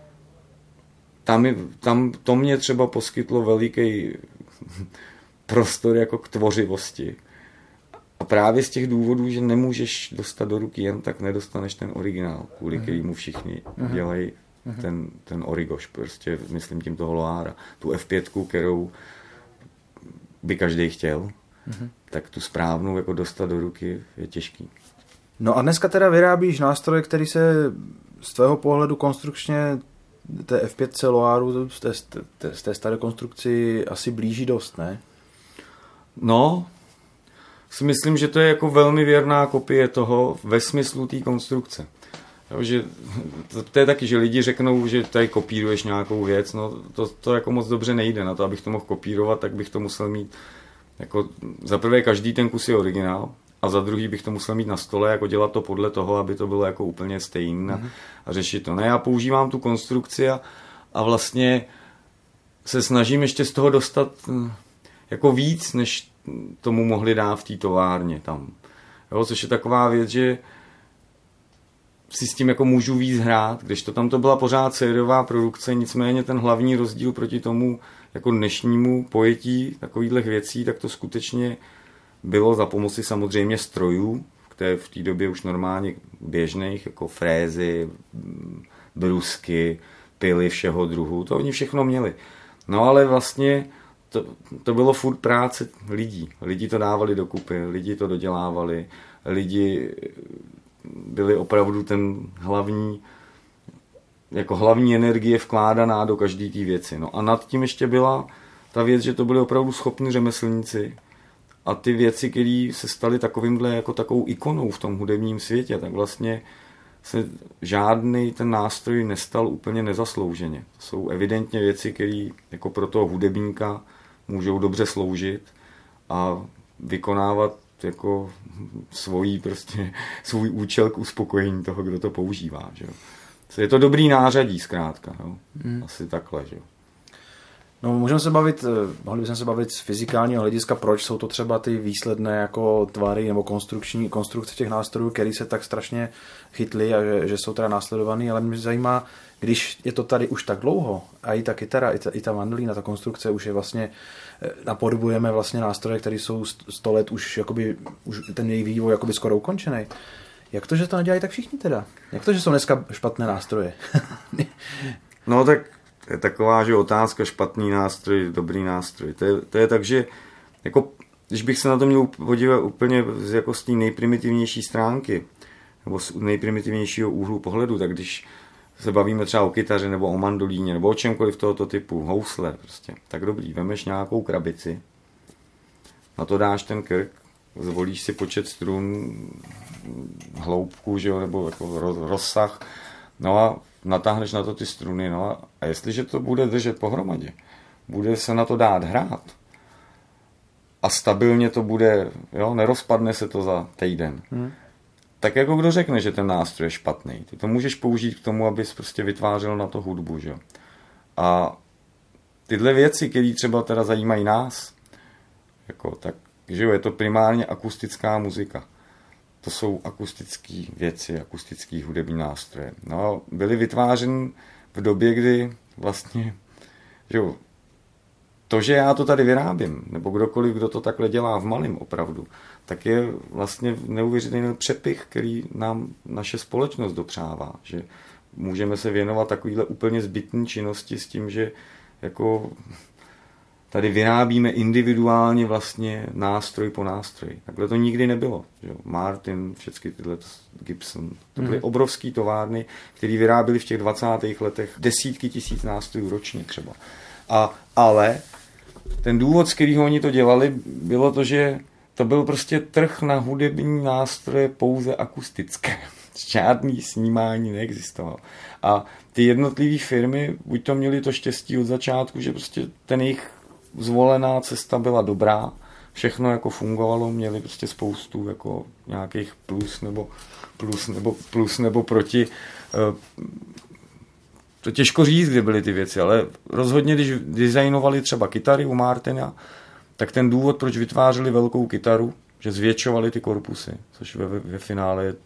tam to mě třeba poskytlo veliký prostor jako k tvořivosti. A právě z těch důvodů, že nemůžeš dostat do ruky jen tak, nedostaneš ten originál, kvůli kterému všichni dělají ten origoš, prostě myslím tím toho Loára. Tu F5, kterou by každý chtěl, tak tu správnou jako dostat do ruky je těžký. No a dneska teda vyrábíš nástroje, který se z tvého pohledu konstrukčně té F5 Loáru z té staré konstrukci asi blíží dost, ne? No, si myslím, že to je jako velmi věrná kopie toho ve smyslu té konstrukce. Jo, že to je taky, že lidi řeknou, že tady kopíruješ nějakou věc, no to jako moc dobře nejde. Na to, abych to mohl kopírovat, tak bych to musel mít jako za prvé každý ten kus je originál a za druhý bych to musel mít na stole, jako dělat to podle toho, aby to bylo jako úplně stejné a řešit to. Ne, já používám tu konstrukci a vlastně se snažím ještě z toho dostat jako víc, než tomu mohli dát v té továrně tam. Jo, což je taková věc, že si s tím jako můžu víc hrát, když to tam to byla pořád sériová produkce, nicméně ten hlavní rozdíl proti tomu jako dnešnímu pojetí takovýchhle věcí, tak to skutečně bylo za pomoci samozřejmě strojů, které v té době už normálně běžných, jako frézy, brusky, pily všeho druhu, to oni všechno měli. No ale vlastně to bylo furt práce lidí. Lidi to dávali dokupy, lidi to dodělávali, lidi byli opravdu ten hlavní energie vkládaná do každé té věci. No a nad tím ještě byla ta věc, že to byli opravdu schopní řemeslníci a ty věci, které se staly takovýmhle jako takovou ikonou v tom hudebním světě, tak vlastně se žádný ten nástroj nestal úplně nezaslouženě. Jsou evidentně věci, které jako pro toho hudebníka můžou dobře sloužit a vykonávat jako svůj účel k uspokojení toho, kdo to používá. Že jo. Je to dobrý nářadí zkrátka. Jo. Asi takhle. Že jo. No, mohli bychom se bavit z fyzikálního hlediska, proč jsou to třeba ty výsledné jako tvary nebo konstrukce těch nástrojů, které se tak strašně chytly a že jsou teda následovaný, ale mě zajímá, když je to tady už tak dlouho a i ta kytara, i ta mandolína, ta konstrukce už je vlastně, napodobujeme vlastně nástroje, které jsou 100 let už ten její vývoj jakoby skoro ukončený. Jak to, že to nedělají tak všichni teda? Jak to, že jsou dneska špatné nástroje? No tak je taková, že otázka, špatný nástroj, dobrý nástroj. To je tak, že jako, když bych se na to měl podívat úplně jako z té nejprimitivnější stránky, nebo z nejprimitivnějšího úhlu pohledu, tak když se bavíme třeba o kytaře, nebo o mandolíně, nebo o čemkoliv tohoto typu, housle prostě, tak dobrý, vemeš nějakou krabici, na to dáš ten krk, zvolíš si počet strun, hloubku, že jo, nebo jako rozsah, no a natáhneš na to ty struny, no a jestliže to bude držet pohromadě, bude se na to dát hrát a stabilně to bude, jo, nerozpadne se to za týden, tak jako kdo řekne, že ten nástroj je špatný. Ty to můžeš použít k tomu, abys prostě vytvářel na to hudbu, že jo. A tyhle věci, které třeba teda zajímají nás, jako tak, že jo, je to primárně akustická muzika. To jsou akustické věci, akustické hudební nástroje. No, byly vytvářeny v době, kdy vlastně, že jo, to, že já to tady vyrábím, nebo kdokoliv, kdo to takhle dělá v malém opravdu, tak je vlastně neuvěřitelný přepich, který nám naše společnost dopřává, že můžeme se věnovat takovýhle úplně zbytné činnosti s tím, že jako tady vyrábíme individuálně vlastně nástroj po nástroji. Takhle to nikdy nebylo. Že? Martin, všechny tyhle Gibson. To byly obrovský továrny, které vyráběly v těch 20. letech desítky tisíc nástrojů ročně třeba. Ale ten důvod, z kterého oni to dělali, bylo to, že to byl prostě trh na hudební nástroje pouze akustické. Žádný snímání neexistovalo. A ty jednotlivé firmy buď to měly to štěstí od začátku, že prostě ten jejich zvolená cesta byla dobrá, všechno jako fungovalo, měli prostě spoustu jako nějakých plus nebo proti. To těžko říct, kde byly ty věci, ale rozhodně, když designovali třeba kytary u Martina, tak ten důvod, proč vytvářeli velkou kytaru, že zvětšovali ty korpusy, což ve finále je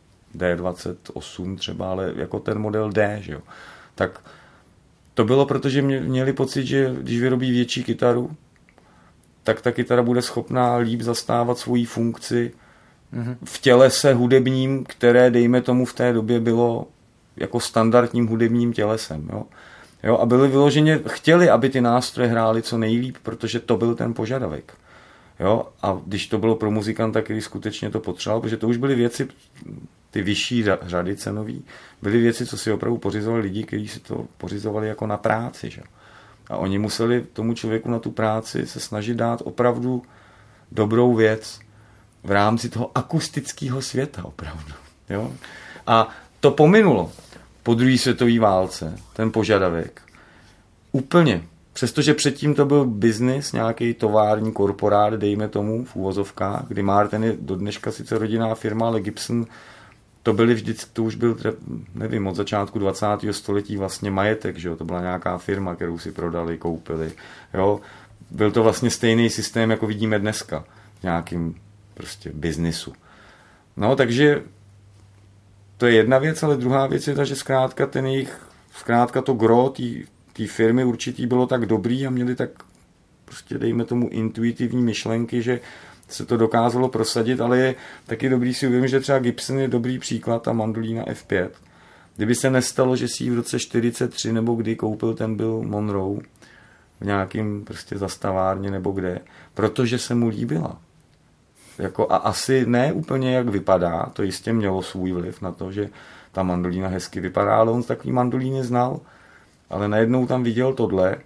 D28 třeba, ale jako ten model D, že jo, tak to bylo, protože měli pocit, že když vyrobí větší kytaru, tak ta kytara bude schopná líp zastávat svoji funkci v tělese hudebním, které, dejme tomu, v té době bylo jako standardním hudebním tělesem. Jo? A byli vyloženě, chtěli, aby ty nástroje hrály co nejlíp, protože to byl ten požadavek. Jo? A když to bylo pro muzikanta, který skutečně to potřeboval, protože to už byly věci, ty vyšší řady cenový, byly věci, co si opravdu pořizovali lidi, kteří si to pořizovali jako na práci. Že? A oni museli tomu člověku na tu práci se snažit dát opravdu dobrou věc v rámci toho akustického světa opravdu. Jo? A to pominulo po druhé světové válce, ten požadavek. Úplně. Přestože předtím to byl biznis, nějaký tovární korporát, dejme tomu, v úvozovkách, kdy Martin je do dneška sice rodinná firma, ale Gibson to byly vždycky, to už byl, nevím, od začátku 20. století vlastně majetek, že jo? To byla nějaká firma, kterou si prodali, koupili. Jo? Byl to vlastně stejný systém, jako vidíme dneska v nějakým prostě biznisu. No, takže to je jedna věc, ale druhá věc je ta, že zkrátka to gro té firmy určitý bylo tak dobrý a měli tak prostě, dejme tomu, intuitivní myšlenky, že se to dokázalo prosadit, ale je taky dobrý si uvědomit, že třeba Gibson je dobrý příklad, ta mandolína F5. Kdyby se nestalo, že si ji v roce 43 nebo kdy koupil ten Bill Monroe v nějakým prostě zastavárně nebo kde, protože se mu líbila. Jako, a asi ne úplně jak vypadá, to jistě mělo svůj vliv na to, že ta mandolína hezky vypadá, ale on takový mandolíny znal, ale najednou tam viděl tohle,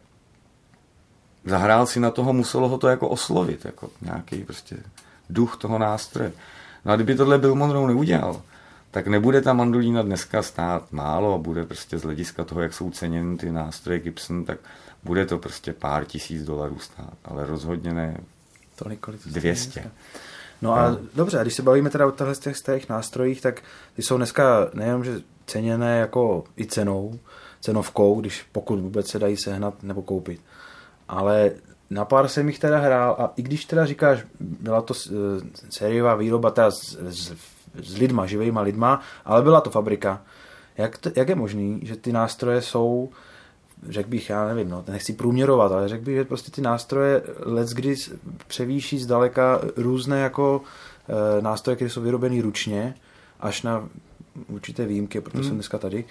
zahrál si na toho, muselo ho to jako oslovit, jako nějaký prostě duch toho nástroje. No a kdyby tohle Bill Monroe neudělal, tak nebude ta mandolína dneska stát málo a bude prostě z hlediska toho, jak jsou ceněny ty nástroje Gibson, tak bude to prostě pár $1000 stát, ale rozhodně ne tolik, kolik 200. No a dobře, a když se bavíme teda o těch nástrojích, tak ty jsou dneska nejenom, že ceněné jako i cenovkou, pokud vůbec se dají sehnat nebo koupit. Ale na pár jsem jich teda hrál a i když teda říkáš, byla to sériová výroba teda s lidma, živejma lidma, ale byla to fabrika. Jak je možný, že ty nástroje jsou, řekl bych, já nevím, no, nechci průměrovat, ale řekl bych, že prostě ty nástroje leckdy převýší zdaleka různé jako nástroje, které jsou vyrobeny ručně, až na určité výjimky, protože jsem dneska tady,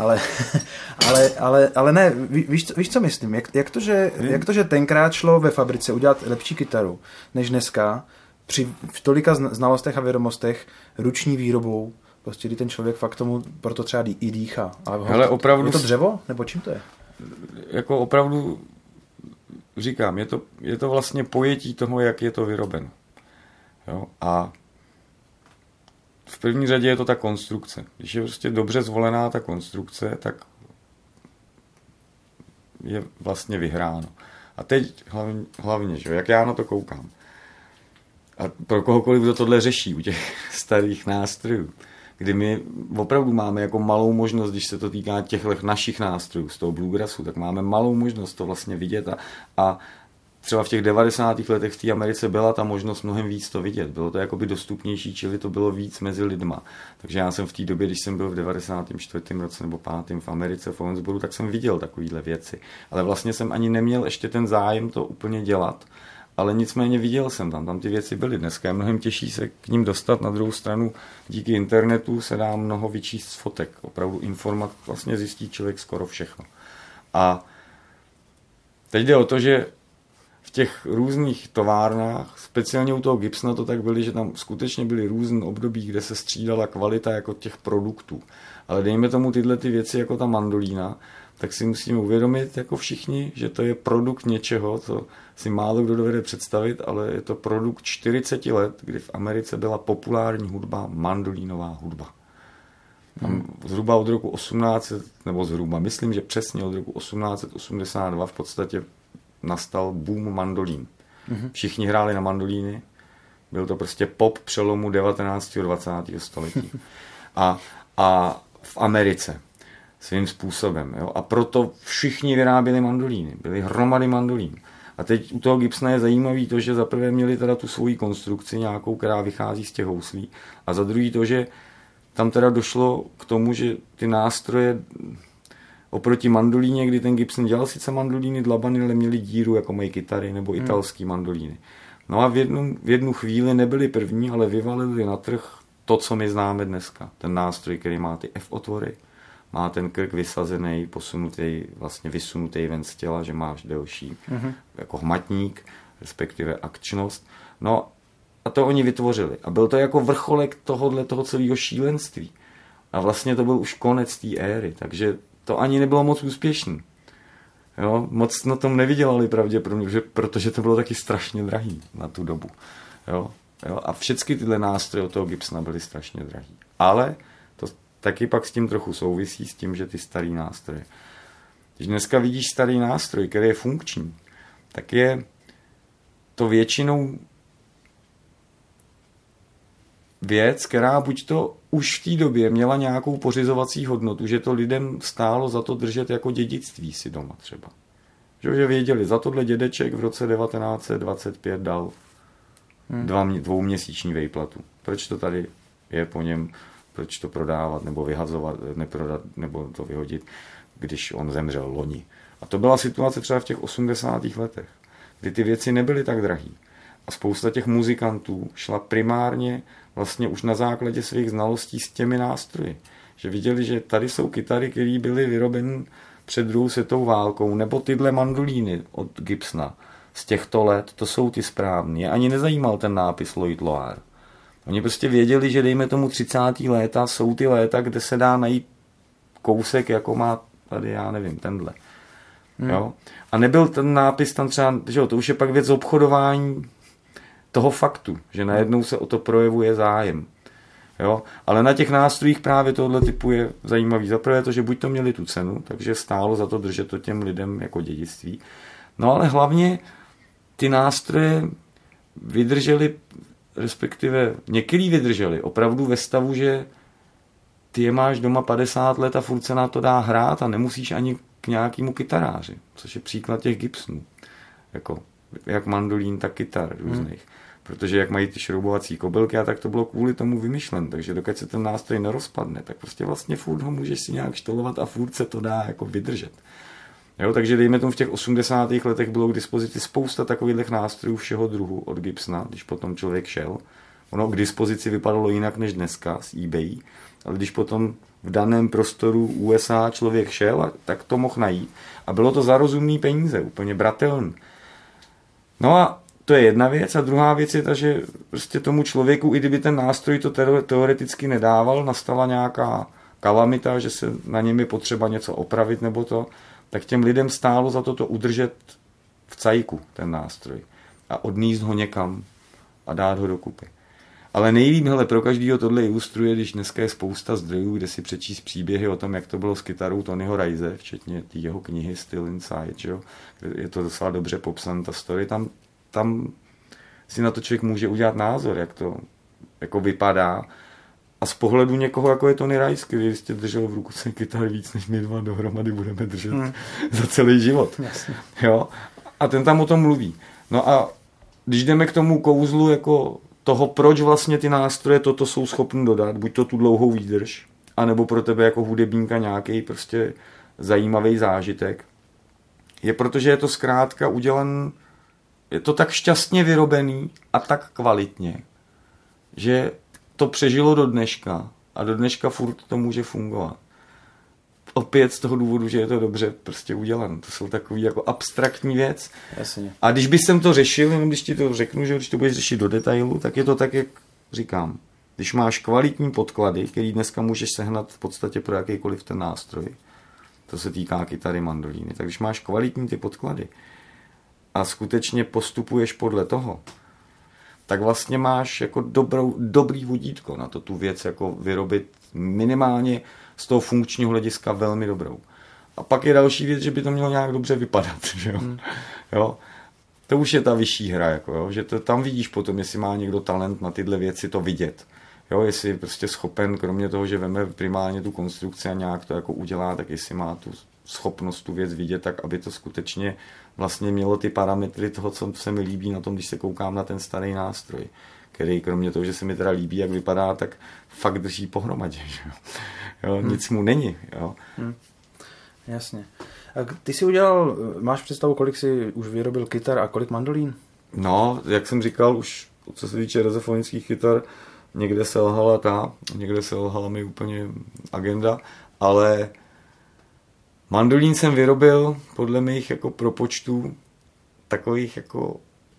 ale ne, víš, co myslím? Jak to, že tenkrát šlo ve fabrice udělat lepší kytaru, než dneska, v tolika znalostech a vědomostech ruční výrobou, prostě kdy ten člověk fakt tomu proto třeba i dýchá. Ale opravdu... Je to dřevo? Nebo čím to je? Jako opravdu říkám, je to vlastně pojetí toho, jak je to vyrobeno. Jo? A v první řadě je to ta konstrukce. Když je prostě dobře zvolená ta konstrukce, tak je vlastně vyhráno. A teď hlavně, že jak já na to koukám. A pro kohokoliv, kdo tohle řeší u těch starých nástrojů, kdy my opravdu máme jako malou možnost, když se to týká těchto našich nástrojů z toho bluegrassu, tak máme malou možnost to vlastně vidět a třeba v těch 90. letech v té Americe byla ta možnost mnohem víc to vidět. Bylo to jakoby dostupnější, čili to bylo víc mezi lidma. Takže já jsem v té době, když jsem byl v 94. roce nebo 5. v Americe v Owensboro, tak jsem viděl takovéhle věci. Ale vlastně jsem ani neměl ještě ten zájem to úplně dělat. Ale nicméně viděl jsem tam ty věci byly. Dneska je mnohem těžší se k ním dostat. Na druhou stranu díky internetu se dá mnoho vyčíst z fotek. Opravdu vlastně zjistí člověk skoro všechno. A teď jde o to, že v těch různých továrnách, speciálně u toho Gibsona to tak byly, že tam skutečně byly různé období, kde se střídala kvalita jako těch produktů. Ale dejme tomu tyhle ty věci jako ta mandolína, tak si musíme uvědomit jako všichni, že to je produkt něčeho, co si málo kdo dovede představit, ale je to produkt 40 let, kdy v Americe byla populární hudba, mandolínová hudba. Tam zhruba od roku 1800, myslím, že přesně od roku 1882 v podstatě nastal boom mandolín. Všichni hráli na mandolíny, byl to prostě pop přelomu 19. a 20. století. A v Americe svým způsobem. Jo? A proto všichni vyráběli mandolíny. Byly hromady mandolín. A teď u toho Gibsona je zajímavý to, že za prvé měli teda tu svoji konstrukci nějakou, která vychází z těch houslí. A za druhý to, že tam teda došlo k tomu, že ty nástroje oproti mandolíně, kdy ten Gibson dělal sice mandolíny dlabany, ale měli díru, jako mají kytary nebo italský mandolíny. No a v jednu chvíli nebyli první, ale vyvalili na trh to, co my známe dneska. Ten nástroj, který má ty F-otvory, má ten krk vysazený, posunutý, vlastně vysunutý ven z těla, že máš delší jako hmatník, respektive akčnost. No a to oni vytvořili. A byl to jako vrcholek toho celého šílenství. A vlastně to byl už konec té éry, takže to ani nebylo moc úspěšný. Jo, moc na tom nevydělali pravděpodobně, protože to bylo taky strašně drahý na tu dobu. Jo, a všechny tyhle nástroje od toho Gibsona byly strašně drahý. Ale to taky pak s tím trochu souvisí, s tím, že ty starý nástroje. Když dneska vidíš starý nástroj, který je funkční, tak je to většinou věc, která buď to už v té době měla nějakou pořizovací hodnotu, že to lidem stálo za to držet jako dědictví si doma třeba. Že věděli, za tohle dědeček v roce 1925 dal dvouměsíční vejplatu. Proč to tady je po něm, proč to prodávat nebo vyhazovat, neprodat nebo to vyhodit, když on zemřel loni. A to byla situace třeba v těch 80. letech, kdy ty věci nebyly tak drahý. A spousta těch muzikantů šla primárně vlastně už na základě svých znalostí s těmi nástroji. Že viděli, že tady jsou kytary, které byly vyrobeny před druhou světovou válkou, nebo tyhle mandolíny od Gibsona z těchto let, to jsou ty správný. Je ani nezajímal ten nápis Lloyd Loar. Oni prostě věděli, že dejme tomu 30. léta jsou ty léta, kde se dá najít kousek, jako má tady, já nevím, tenhle. Jo? A nebyl ten nápis tam třeba, že to už je pak věc obchodování toho faktu, že najednou se o to projevuje zájem. Jo? Ale na těch nástrojích právě tohle typu je zajímavý. Zaprvé to, že buď to měli tu cenu, takže stálo za to držet to těm lidem jako dědictví. No ale hlavně ty nástroje vydrželi, respektive některý vydrželi opravdu ve stavu, že ty je máš doma 50 let a furt se na to dá hrát a nemusíš ani k nějakému kytaráři, což je příklad těch Gibsonů. Jako, jak mandolín, tak kytar různých. Protože jak mají ty šroubovací kobylky, a tak to bylo kvůli tomu vymyšlen. Takže dokud se ten nástroj nerozpadne, tak prostě vlastně furt ho můžeš si nějak štolovat a furt se to dá jako vydržet. Jo, takže dejme tomu v těch 80. letech bylo k dispozici spousta takových nástrojů všeho druhu od Gibsona, když potom člověk šel. Ono k dispozici vypadalo jinak než dneska z eBay, ale když potom v daném prostoru USA člověk šel, tak to mohl najít. A bylo to za rozumný peníze, úplně bratelný. No a to je jedna věc a druhá věc je ta, že prostě tomu člověku, i kdyby ten nástroj to teoreticky nedával, nastala nějaká kalamita, že se na něm je potřeba něco opravit nebo to, tak těm lidem stálo za to udržet v cajku ten nástroj a odníst ho někam a dát ho dokupy. Ale nejlíp, pro každýho tohle ilustruje, když dneska je spousta zdrojů, kde si přečíst příběhy o tom, jak to bylo s kytarou Tonyho Rice, včetně té jeho knihy Still Inside, že jo? Je to docela dobře popsané, ta story. Tam si na to člověk může udělat názor, jak to jako vypadá. A z pohledu někoho, jako je Tony Rice, který jste držel v ruce kytar víc, než my dva dohromady budeme držet za celý život. Jasně. Jo? A ten tam o tom mluví. No a když jdeme k tomu kouzlu jako toho, proč vlastně ty nástroje toto jsou schopny dodat, buď to tu dlouhou výdrž, anebo pro tebe jako hudebníka nějaký prostě zajímavý zážitek, je protože je to zkrátka udělen, je to tak šťastně vyrobený a tak kvalitně, že to přežilo do dneška a do dneška furt to může fungovat. Opět z toho důvodu, že je to dobře prostě udělané. To jsou takový jako abstraktní věc. Jasně. A když bys sem to řešil, jenom když ti to řeknu, že když to budeš řešit do detailu, tak je to tak, jak říkám. Když máš kvalitní podklady, který dneska můžeš sehnat v podstatě pro jakýkoliv ten nástroj, to se týká kytary, mandolíny, tak když máš kvalitní ty podklady a skutečně postupuješ podle toho, tak vlastně máš jako dobrý vodítko na to tu věc jako vyrobit minimálně z toho funkčního hlediska velmi dobrou. A pak je další věc, že by to mělo nějak dobře vypadat. Že jo? Jo? To už je ta vyšší hra, jako, jo? Že to, tam vidíš potom, jestli má někdo talent na tyhle věci to vidět. Jo? Jestli je prostě schopen, kromě toho, že veme primárně tu konstrukci a nějak to jako udělá, tak jestli má tu schopnost tu věc vidět, tak aby to skutečně vlastně mělo ty parametry toho, co se mi líbí na tom, když se koukám na ten starý nástroj, který kromě toho, že se mi teda líbí, jak vypadá, tak fakt drží pohromadě. Že jo? Nic mu není. Jo? Jasně. A ty si udělal, máš představu, kolik jsi už vyrobil kytar a kolik mandolín? No, jak jsem říkal, už co se týče rozofonických kytar, někde selhala mi úplně agenda, ale mandolín jsem vyrobil podle mých jako propočtů takových jako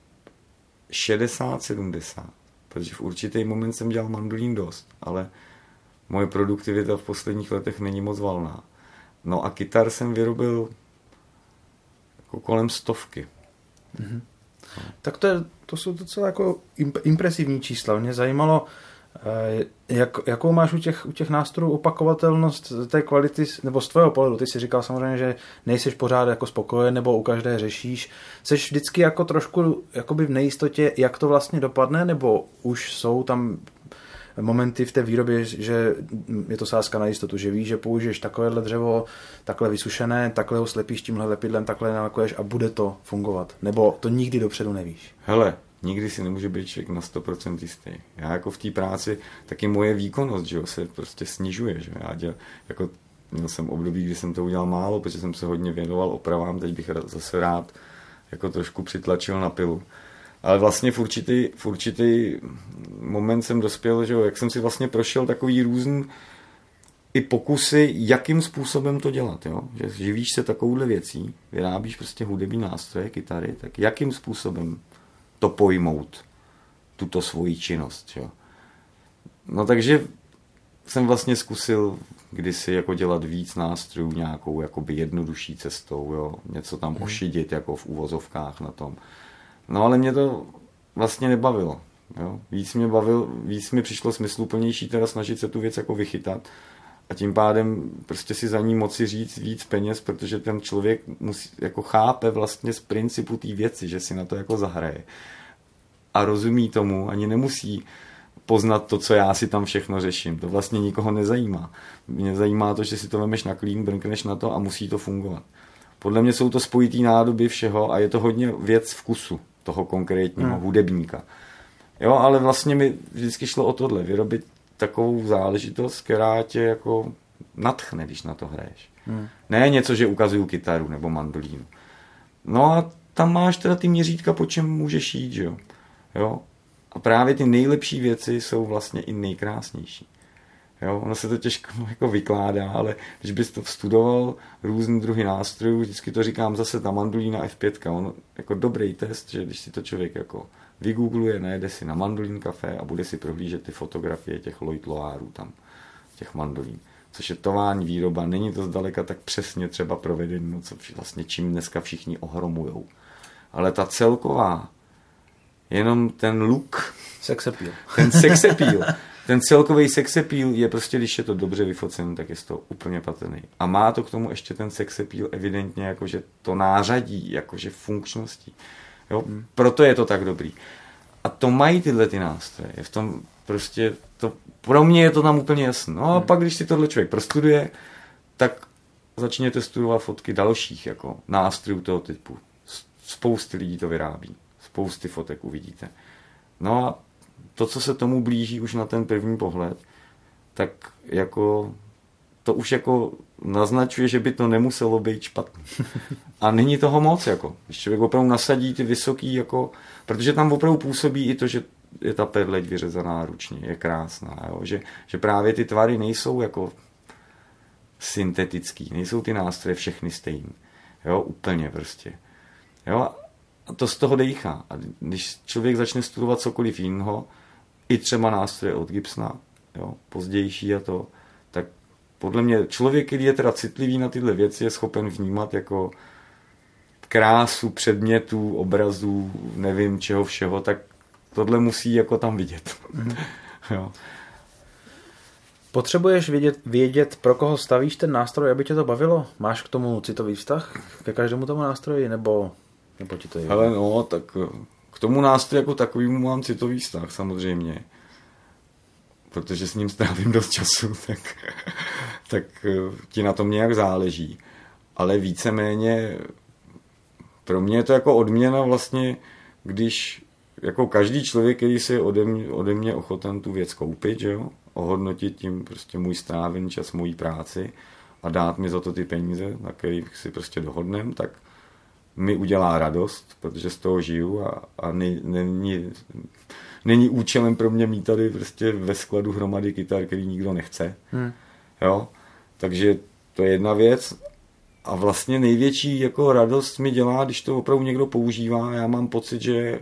60-70, protože v určitý moment jsem dělal mandolín dost, ale moje produktivita v posledních letech není moc valná. No a kytar jsem vyrobil jako kolem 100. Mm-hmm. Tak to jsou docela jako impresivní čísla. Mě zajímalo, jakou máš u těch nástrojů opakovatelnost té kvality, nebo z tvého pohledu. Ty jsi říkal samozřejmě, že nejseš pořád jako spokojen, nebo u každé řešíš. Jseš vždycky jako trošku jakoby v nejistotě, jak to vlastně dopadne, nebo už jsou tam momenty v té výrobě, že je to sázka na jistotu, že víš, že použiješ takovéhle dřevo, takhle vysušené, takhle ho slepíš tímhle lepidlem, takhle nalakuješ a bude to fungovat. Nebo to nikdy dopředu nevíš. Hele, nikdy si nemůže být člověk na 100% jistý. Já jako v té práci, taky moje výkonnost, že jo, se prostě snižuje. Že? Jako měl jsem období, kdy jsem to udělal málo, protože jsem se hodně věnoval opravám, teď bych zase rád jako trošku přitlačil na pilu. Ale vlastně v určitý moment jsem dospěl, že jo, jak jsem si vlastně prošel takový různý i pokusy, jakým způsobem to dělat. Jo? Že živíš se takovouhle věcí, vyrábíš prostě hudební nástroje, kytary, tak jakým způsobem to pojmout, tuto svoji činnost. Jo? No takže jsem vlastně zkusil kdysi jako dělat víc nástrojů nějakou jakoby jednodušší cestou, jo? Něco tam ošidit jako v uvozovkách na tom. No ale mě to vlastně nebavilo. Jo? Víc mi přišlo smysluplnější teda snažit se tu věc jako vychytat a tím pádem prostě si za ní moci říct víc peněz, protože ten člověk musí, jako chápe vlastně z principu té věci, že si na to jako zahraje. A rozumí tomu, ani nemusí poznat to, co já si tam všechno řeším. To vlastně nikoho nezajímá. Mě zajímá to, že si to vemeš na klín, brnkneš na to a musí to fungovat. Podle mě jsou to spojitý nádoby všeho a je to hodně věc vkusu toho konkrétního hudebníka. Jo, ale vlastně mi vždycky šlo o tohle, vyrobit takovou záležitost, která tě jako nadchne, když na to hraješ. Ne něco, že ukazuju kytaru nebo mandolínu. No a tam máš teda ty měřítka, po čem můžeš jít, že jo. Jo? A právě ty nejlepší věci jsou vlastně i nejkrásnější. Jo? Ono se to těžko jako vykládá, ale když bys to studoval různý druhy nástrojů, vždycky to říkám zase ta mandolína F5, ono jako dobrý test, že když si to člověk jako vygoogluje, najede si na Mandolin Café a bude si prohlížet ty fotografie těch Lloyd Loarů tam, těch mandolín. Což je tovární výroba, není to zdaleka tak přesně třeba provedeno, co vlastně čím dneska všichni ohromujou. Ale ta celková, jenom ten look, ten celkový sex appeal je prostě, když je to dobře vyfocený, tak je to úplně patrný. A má to k tomu ještě ten sex appeal evidentně jakože to nářadí, jakože funkčností. Jo? Proto je to tak dobrý. A to mají tyhle ty nástroje. V tom prostě to, pro mě je to tam úplně jasné. No a pak, když si tohle člověk prostuduje, tak začněte studovat fotky dalších jako nástrojů toho typu. Spousty lidí to vyrábí. Spousty fotek uvidíte. No a to, co se tomu blíží už na ten první pohled, tak jako to už jako naznačuje, že by to nemuselo být špatný. A není toho moc, jako. Když člověk opravdu nasadí ty vysoký, jako, protože tam opravdu působí i to, že je ta perleť vyřezaná ručně, je krásná, jo? Že právě ty tvary nejsou jako syntetický, nejsou ty nástroje všechny stejný. Jo, úplně prostě. Jo, a to z toho dejchá. A když člověk začne studovat cokoliv jiného, i třeba nástroje od Gibsona, jo, pozdější a to, tak podle mě člověk, který je teda citlivý na tyhle věci, je schopen vnímat jako krásu předmětů, obrazů, nevím čeho všeho, tak tohle musí jako tam vidět. Jo. Potřebuješ vědět, pro koho stavíš ten nástroj, aby tě to bavilo? Máš k tomu citový vztah ke každému tomu nástroji, nebo ti to je? Ale no, tak k tomu nástroji jako takovýmu mám citový vztah samozřejmě. Protože s ním strávím dost času, tak ti na tom nějak záleží. Ale víceméně pro mě je to jako odměna vlastně, když jako každý člověk, který si je ode mě ochoten tu věc koupit, že jo? Ohodnotit tím prostě můj strávený čas, mojí práci a dát mi za to ty peníze, na kterých si prostě dohodnem, tak mi udělá radost, protože z toho žiju a není účelem pro mě mít tady prostě ve skladu hromady kytar, který nikdo nechce. Jo? Takže to je jedna věc. A vlastně největší jako radost mi dělá, když to opravdu někdo používá. Já mám pocit, že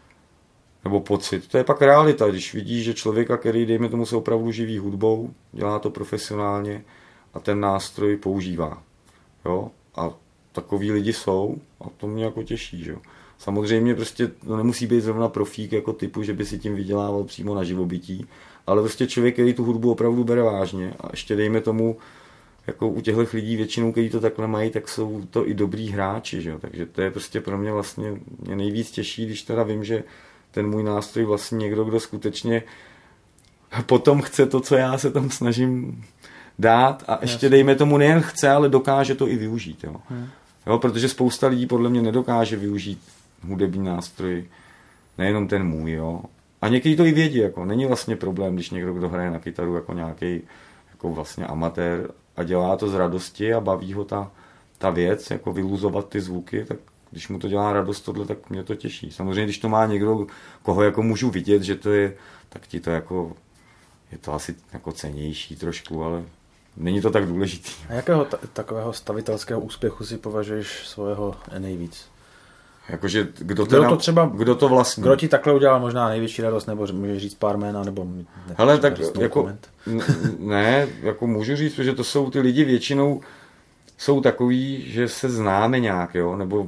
to je pak realita, když vidíš, že člověka, který, dejme tomu, se opravdu živí hudbou, dělá to profesionálně a ten nástroj používá. Jo? A takový lidi jsou a to mě jako těší. Že? Samozřejmě prostě to nemusí být zrovna profík jako typu, že by si tím vydělával přímo na živobytí, ale prostě člověk, který tu hudbu opravdu bere vážně a ještě dejme tomu, jako u těchto lidí většinou, kteří to takhle mají, tak jsou to i dobrý hráči. Že? Takže to je prostě pro mě vlastně mě nejvíc těší, když teda vím, že ten můj nástroj vlastně někdo, kdo skutečně potom chce to, co já se tam snažím dát a ještě dejme tomu nejen chce, ale dokáže to i využít. Jo? Jo, protože spousta lidí podle mě nedokáže využít hudební nástroj, nejenom ten můj. Jo? A někteří to i vědí. Jako. Není vlastně problém, když někdo, kdo hraje na kytaru jako nějaký jako vlastně amatér a dělá to z radosti a baví ho ta věc, jako vyluzovat ty zvuky, tak když mu to dělá radost tohle, tak mě to těší. Samozřejmě, když to má někdo, koho jako můžu vidět, že to je, tak ti to jako, je to asi jako cenější trošku, ale není to tak důležitý. A jakého takového stavitelského úspěchu si považuješ svého nejvíc? Jakože kdo to vlastně... Kdo ti takhle udělal možná největší radost, nebo můžeš říct pár jména, nebo... Hele, tak jako... Ne, jako můžu říct, že to jsou ty lidi většinou jsou takový, že se známe nějak, jo, nebo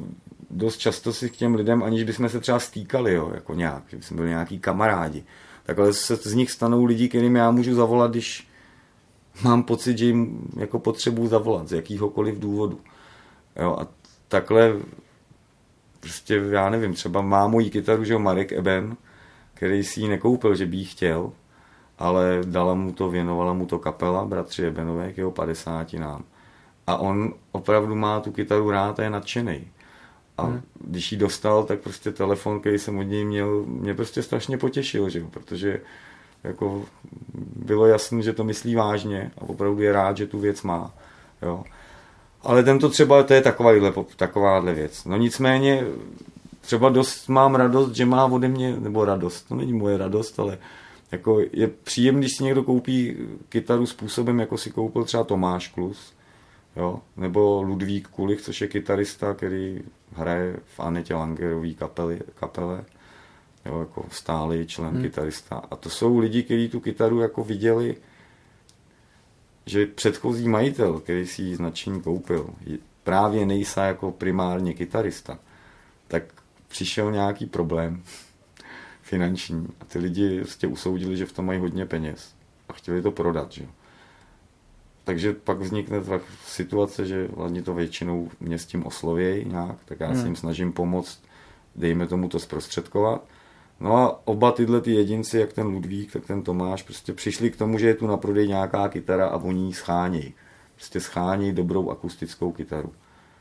dost často si k těm lidem, aniž bychom se třeba stýkali, jo, jako nějak, že jsme byli nějaký kamarádi. Takhle se z nich stanou lidi, kterým já můžu zavolat, když mám pocit, že jim jako potřebuji zavolat z jakýhokoliv důvodu. Jo, a takhle prostě, já nevím, třeba má moji kytaru, že jo, Marek Eben, který si ji nekoupil, že by ji chtěl, ale věnovala mu to kapela, bratři Ebenové, k jeho 50 nám. A on opravdu má tu kytaru rád a je nadšenej. A když ji dostal, tak prostě telefon, který jsem od něj měl, mě prostě strašně potěšil, že jo, protože jako bylo jasné, že to myslí vážně a opravdu je rád, že tu věc má. Jo. Ale tento třeba, to je takováhle věc. No nicméně třeba dost mám radost, že má ode mě, nebo radost, to není moje radost, ale jako je příjemný, když si někdo koupí kytaru způsobem, jako si koupil třeba Tomáš Klus, jo, nebo Ludvík Kulich, což je kytarista, který hraje v Anetě Langerové kapele, jo, jako stálý člen kytarista. A to jsou lidi, kteří tu kytaru jako viděli, že předchozí majitel, který si ji značení koupil, právě nejsá jako primárně kytarista, tak přišel nějaký problém finanční a ty lidi prostě usoudili, že v tom mají hodně peněz a chtěli to prodat, že? Takže pak vznikne situace, že vlastně to většinou mě s tím oslovějí nějak, tak já si jim snažím pomoct, dejme tomu to zprostředkovat. No a oba tyhle ty jedinci, jak ten Ludvík, tak ten Tomáš, prostě přišli k tomu, že je tu na prodej nějaká kytara a oni ji schánějí. Prostě schánějí dobrou akustickou kytaru.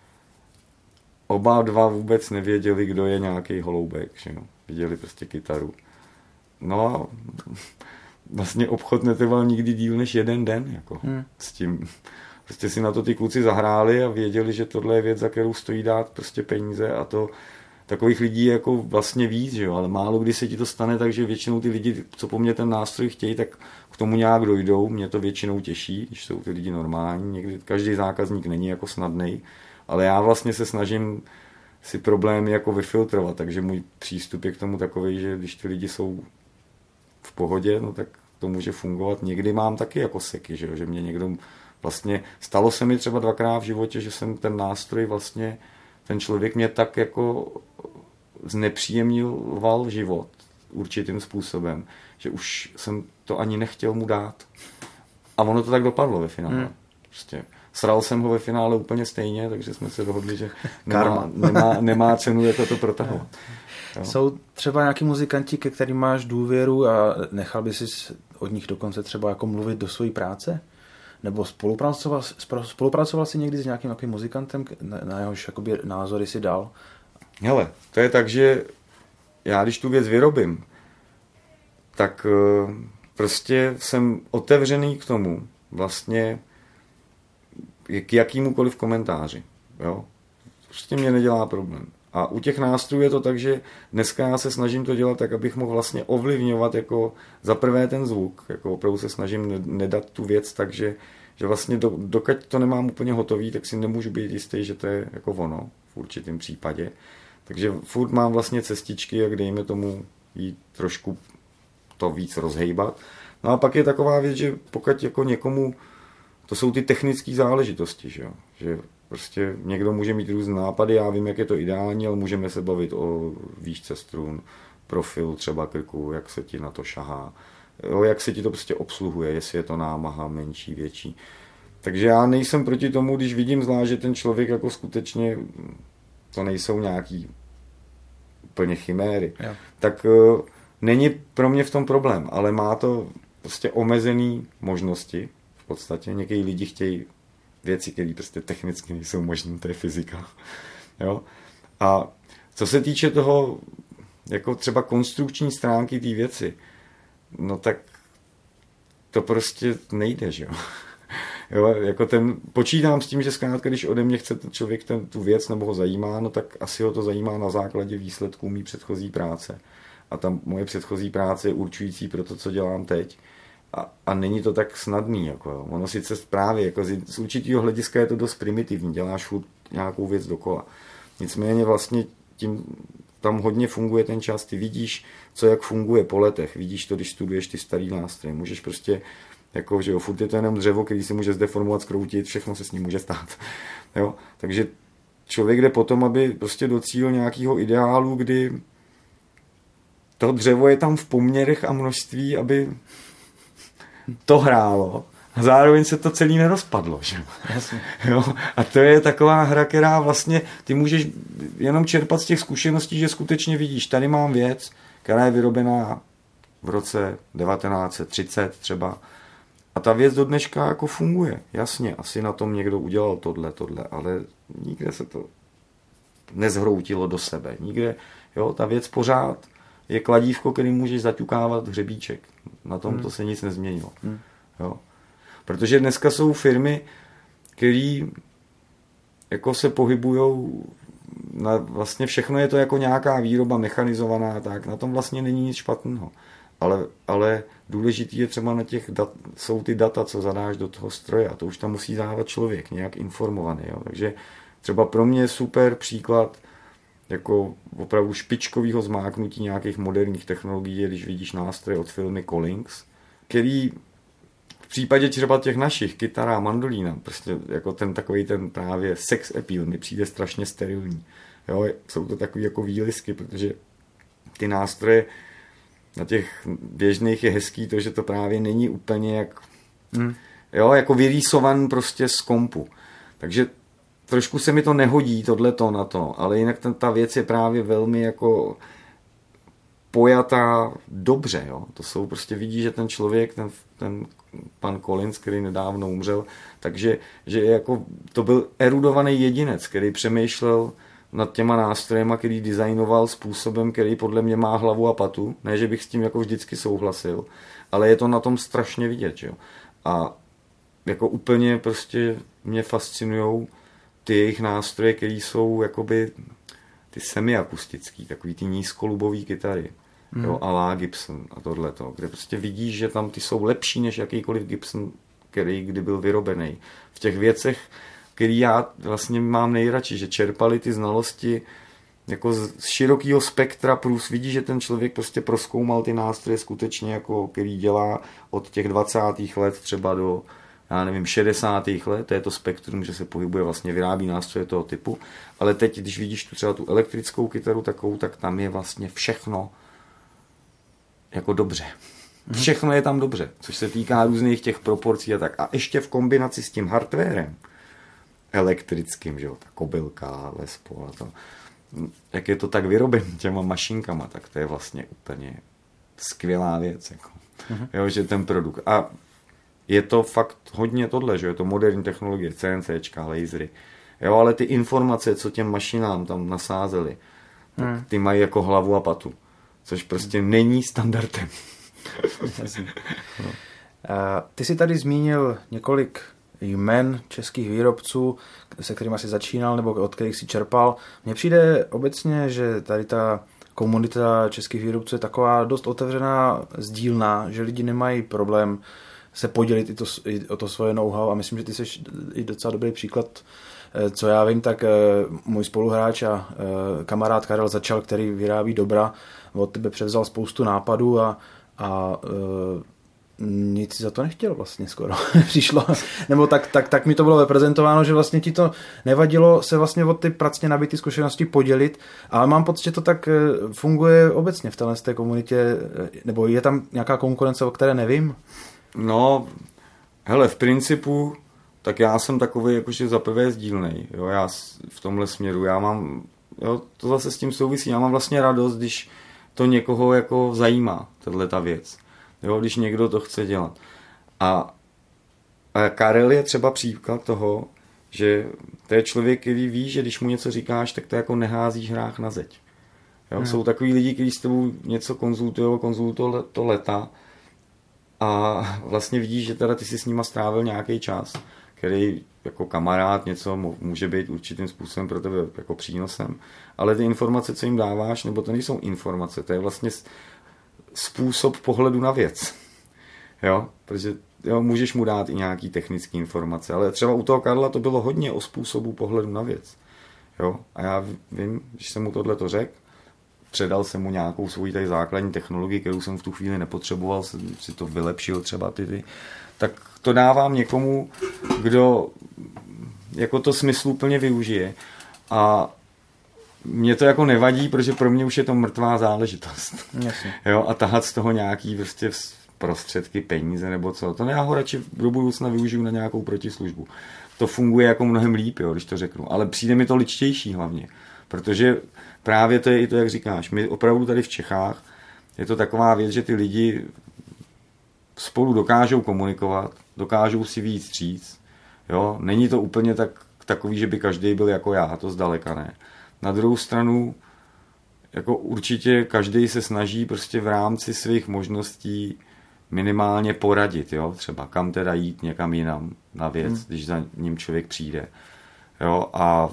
Oba dva vůbec nevěděli, kdo je nějaký holoubek, že jo. Viděli prostě kytaru. No a vlastně obchod netrval nikdy díl než jeden den, jako s tím. Prostě si na to ty kluci zahráli a věděli, že tohle je věc, za kterou stojí dát prostě peníze a to takových lidí je jako vlastně víc, že jo, ale málo kdy se ti to stane, takže většinou ty lidi, co po mně ten nástroj chtějí, tak k tomu nějak dojdou, mě to většinou těší, když jsou ty lidi normální, někdy každý zákazník není jako snadnej, ale já vlastně se snažím si problémy jako vyfiltrovat, takže můj přístup je k tomu takový, že když ty lidi jsou v pohodě, no tak to může fungovat. Někdy mám taky jako seky, že mě někdo vlastně, stalo se mi třeba 2krát v životě, že jsem ten nástroj vlastně, ten člověk mě tak jako znepříjemňoval život určitým způsobem, že už jsem to ani nechtěl mu dát. A ono to tak dopadlo ve finále. Prostě sral jsem ho ve finále úplně stejně, takže jsme se dohodli, že nemá cenu jako to protahovat. Jo. Jsou třeba nějaký muzikanti, ke kterým máš důvěru a nechal by si od nich dokonce třeba jako mluvit do své práce? Nebo spolupracoval jsi někdy s nějakým muzikantem, na jehož jakoby názory si dal? Hele, to je tak, že já když tu věc vyrobím, tak prostě jsem otevřený k tomu vlastně k jakýmukoliv komentáři. Jo? Prostě mě nedělá problém. A u těch nástrojů je to tak, že dneska já se snažím to dělat tak, abych mohl vlastně ovlivňovat jako za prvé ten zvuk. Jako opravdu se snažím nedat tu věc tak, že vlastně dokud to nemám úplně hotový, tak si nemůžu být jistý, že to je jako ono v určitém případě. Takže furt mám vlastně cestičky, jak dejme tomu jít trošku to víc rozhejbat. No a pak je taková věc, že pokud jako někomu, to jsou ty technické záležitosti, že prostě někdo může mít různé nápady, já vím, jak je to ideální, ale můžeme se bavit o výšce strun, profilu třeba krku, jak se ti na to šahá, jak se ti to prostě obsluhuje, jestli je to námaha menší, větší. Takže já nejsem proti tomu, když vidím zvlášť, že ten člověk jako skutečně, to nejsou nějaký úplně chiméry, tak není pro mě v tom problém, ale má to prostě omezený možnosti v podstatě. Někteří lidi chtějí věci, které prostě technicky nejsou možné, to je fyzika. Jo? A co se týče toho, jako třeba konstrukční stránky té věci, no tak to prostě nejde, že jo. Jo, jako počítám s tím, že zkrátka, když ode mě chce ten člověk tu věc nebo ho zajímá, no tak asi ho to zajímá na základě výsledků mý předchozí práce. A ta moje předchozí práce je určující pro to, co dělám teď. A není to tak snadný. Jako, jo. Ono sice právě jako z určitého hlediska je to dost primitivní, děláš furt nějakou věc dokola. Nicméně vlastně tím tam hodně funguje ten čas, ty vidíš, co jak funguje po letech, vidíš to, když studuješ ty starý nástroje, můžeš prostě, jako, že jo, furt je to jenom dřevo, který se může zdeformovat, zkroutit, všechno se s ním může stát. Jo? Takže člověk jde potom, aby prostě docílil nějakého ideálu, kdy to dřevo je tam v poměrech a množství, aby to hrálo. A zároveň se to celý nerozpadlo. Že? Jo? A to je taková hra, která vlastně ty můžeš jenom čerpat z těch zkušeností, že skutečně vidíš, tady mám věc, která je vyrobená v roce 1930 třeba. A ta věc do dneška jako funguje. Jasně, asi na tom někdo udělal tohle, ale nikde se to nezhroutilo do sebe. Nikde, jo, ta věc pořád je kladívko, který můžeš zaťukávat hřebíček. Na tom to se nic nezměnilo. Jo. Protože dneska jsou firmy, které jako se pohybujou na vlastně všechno je to jako nějaká výroba mechanizovaná, tak na tom vlastně není nic špatného. Ale důležitý je třeba na těch jsou ty data, co zadáš do toho stroje a to už tam musí dávat člověk, nějak informovaný. Jo. Takže třeba pro mě je super příklad jako opravdu špičkového zmáknutí nějakých moderních technologií, když vidíš nástroje od firmy Collins, který v případě třeba těch našich kytara a mandolína, prostě jako ten takový ten právě sex appeal mi přijde strašně sterilní. Jo, jsou to takový jako výlisky, protože ty nástroje na těch běžných je hezký to, že to právě není úplně jak jo, jako vyrýsovan prostě z kompu. Takže trošku se mi to nehodí tohleto na to, ale jinak ta věc je právě velmi jako pojatá dobře. Jo. To jsou prostě vidí, že ten člověk, ten pan Collins, který nedávno umřel, takže že jako, to byl erudovaný jedinec, který přemýšlel nad těma nástrojema, který designoval způsobem, který podle mě má hlavu a patu. Ne, že bych s tím jako vždycky souhlasil, ale je to na tom strašně vidět. Jo. A jako úplně prostě mě fascinujou ty jejich nástroje, které jsou jakoby ty semiakustický, takový ty nízkolubový kytary. Jo, a la Gibson a tohleto, kde prostě vidíš, že tam ty jsou lepší než jakýkoliv Gibson, který kdy byl vyrobený. V těch věcech, který já vlastně mám nejradši, že čerpali ty znalosti jako z širokého spektra, plus vidí, že ten člověk prostě prozkoumal ty nástroje skutečně, jako který dělá od těch 20. let třeba do, já nevím, 60. let, to je to spektrum, že se pohybuje, vlastně vyrábí nástroje toho typu, ale teď, když vidíš tu třeba tu elektrickou kytaru takovou, tak tam je vlastně všechno jako dobře. Všechno je tam dobře, což se týká různých těch proporcí a tak. A ještě v kombinaci s tím hardwarem elektrickým, že jo, ta kobylka, Les Paul a to, jak je to tak vyrobený těma mašinkama, tak to je vlastně úplně skvělá věc. Jako. Jo, že ten produkt. A je to fakt hodně tohle, že je to moderní technologie, CNCčka, lasery. Jo, ale ty informace, co těm mašinám tam nasázeli, tak ty mají jako hlavu a patu. Což prostě není standardem. Ty jsi tady zmínil několik jmen českých výrobců, se kterými jsi začínal nebo od kterých jsi čerpal. Mně přijde obecně, že tady ta komunita českých výrobců je taková dost otevřená, sdílná, že lidi nemají problém se podělit i o to svoje know-how a myslím, že ty jsi i docela dobrý příklad. Co já vím, tak můj spoluhráč a kamarád Karel Začal, který vyrábí dobra, od tebe převzal spoustu nápadů a nic si za to nechtěl vlastně skoro. Přišlo. Nebo tak mi to bylo reprezentováno, že vlastně ti to nevadilo se vlastně od ty pracně nabitý zkušenosti podělit, ale mám pocit, že to tak funguje obecně v té komunitě, nebo je tam nějaká konkurence, o které nevím? No, hele, v principu tak já jsem takový jakože za prvé sdílnej. Jo, já v tomhle směru, já mám, jo, to zase s tím souvisí, já mám vlastně radost, když to někoho jako zajímá, tato věc. Jo, když někdo to chce dělat. A Karel je třeba příklad toho, že to je člověk, který ví, že když mu něco říkáš, tak to jako neházíš hrách na zeď. Jo, jsou takový lidi, kteří s tebou něco konzultují to leta a vlastně vidíš, že teda ty si s nima strávil nějaký čas, který jako kamarád něco může být určitým způsobem pro tebe jako přínosem, ale ty informace, co jim dáváš, nebo to nejsou informace, to je vlastně způsob pohledu na věc. Jo, protože jo, můžeš mu dát i nějaký technické informace, ale třeba u toho Karla to bylo hodně o způsobu pohledu na věc. Jo, a já vím, když jsem mu tohleto řekl, předal jsem mu nějakou svoji tady základní technologii, kterou jsem v tu chvíli nepotřeboval, si to vylepšil třeba ty, tak to dávám někomu, kdo jako to smysluplně využije. A mě to jako nevadí, protože pro mě už je to mrtvá záležitost. Jasně. Jo, a tahat z toho nějaký prostě prostředky, peníze nebo co. To já ho radši do budoucna využiju na nějakou protislužbu. To funguje jako mnohem líp, jo, když to řeknu. Ale přijde mi to ličtější hlavně. Protože právě to je i to, jak říkáš. My opravdu tady v Čechách je to taková věc, že ty lidi spolu dokážou komunikovat, dokážou si vyjít vstříc. Jo? Není to úplně takový, že by každý byl jako já, to zdaleka ne. Na druhou stranu, jako určitě každý se snaží prostě v rámci svých možností minimálně poradit, jo? Třeba kam teda jít někam jinam na věc, když za ním člověk přijde. Jo? A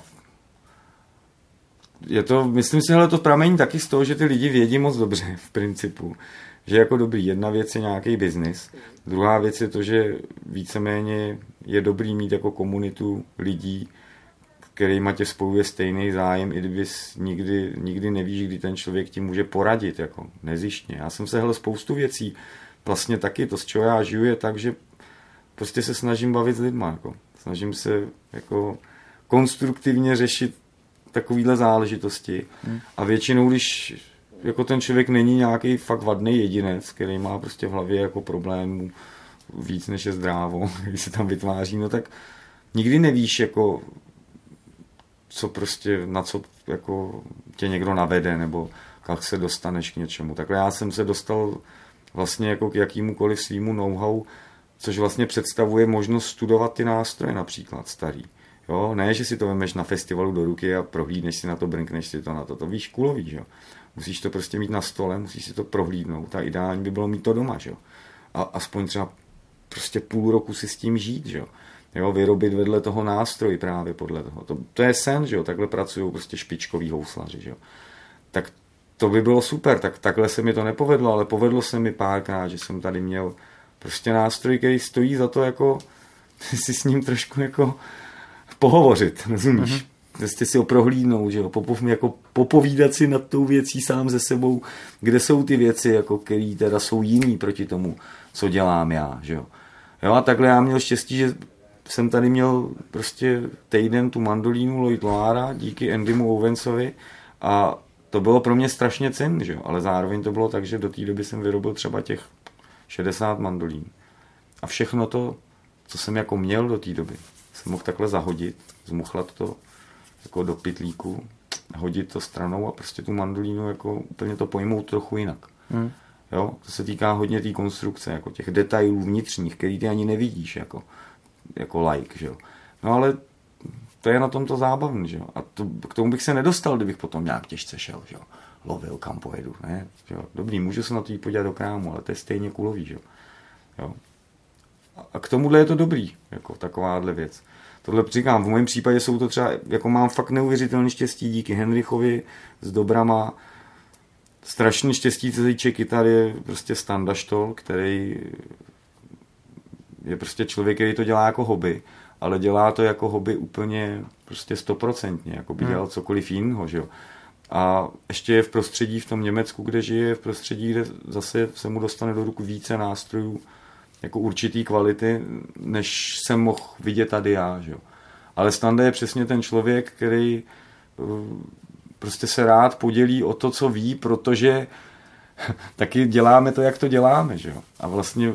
je to, myslím si, že to pramení taky z toho, že ty lidi vědí moc dobře v principu, že jako dobrý, jedna věc je nějaký biznis, druhá věc je to, že víceméně je dobrý mít jako komunitu lidí, kterýma tě spojuje stejný zájem, i kdyby nikdy nevíš, kdy ten člověk ti může poradit, jako nezištně. Já jsem se spoustu věcí, vlastně taky to, z čeho já žiju, je tak, že prostě se snažím bavit s lidma, jako. Snažím se jako konstruktivně řešit takovýhle záležitosti. A většinou, když jako ten člověk není nějaký fakt vadný jedinec, který má prostě v hlavě jako problémů víc než je zdrávo, když se tam vytváří, no tak nikdy nevíš, jako co prostě, na co jako tě někdo navede, nebo jak se dostaneš k něčemu. Takhle já jsem se dostal vlastně jako k jakýmukoliv svýmu know-how, což vlastně představuje možnost studovat ty nástroje například starý. Jo, ne, že si to vemeš na festivalu do ruky a prohlídneš si na to, brnkneš si to na to. To víš, kulový, že jo. Musíš to prostě mít na stole, musíš si to prohlídnout. A ideální by bylo mít to doma, že jo. A aspoň třeba prostě půl roku si s tím žít, že jo. Jo, vyrobit vedle toho nástroj právě podle toho. To je sen, že jo. Takhle pracují prostě špičkoví houslaři, že jo. Tak to by bylo super. Takhle se mi to nepovedlo, ale povedlo se mi párkrát, že jsem tady měl prostě nástroj, který stojí za to, jako si s ním trošku jako pohovořit, rozumíš? Prostě si ho prohlídnout, že jo? Jako popovídat si nad tou věcí sám ze sebou, kde jsou ty věci, jako které teda jsou jiný proti tomu, co dělám já, že jo? Jo, a takhle já měl štěstí, že jsem tady měl prostě týden tu mandolínu Lloyd Loara díky Andymu Owensovi a to bylo pro mě strašně cenné, že jo? Ale zároveň to bylo tak, že do té doby jsem vyrobil třeba těch 60 mandolín. A všechno to, co jsem jako měl do té doby, jsem mohl takhle zahodit, zmuchlat to jako do pytlíku, hodit to stranou a prostě tu mandolínu jako úplně to pojmout trochu jinak. Jo? To se týká hodně té konstrukce, jako těch detailů vnitřních, který ty ani nevidíš jako like, že jo. No ale to je na tom to zábavné, že jo. A k tomu bych se nedostal, kdybych potom nějak těžce šel, že jo. Lovil, kam pojedu, ne? Že jo. Dobrý, můžu se na to jít podívat do krámu, ale to je stejně kulový, že jo. A k tomuhle je to dobrý, jako takováhle věc. Tohle říkám, v mém případě jsou to třeba, jako mám fakt neuvěřitelné štěstí díky Henrichovi s dobrama. Strašný štěstí, co se týče kytar, je prostě Standa Stoll, který je prostě člověk, který to dělá jako hobby, ale dělá to jako hobby úplně prostě 100%, jako by dělal cokoliv jiného, že jo. A ještě je v prostředí v tom Německu, kde žije, v prostředí, kde zase se mu dostane do ruku více nástrojů jako určitý kvality, než jsem mohl vidět tady já, že jo. Ale Standa je přesně ten člověk, který prostě se rád podělí o to, co ví, protože taky děláme to, jak to děláme, že jo. A vlastně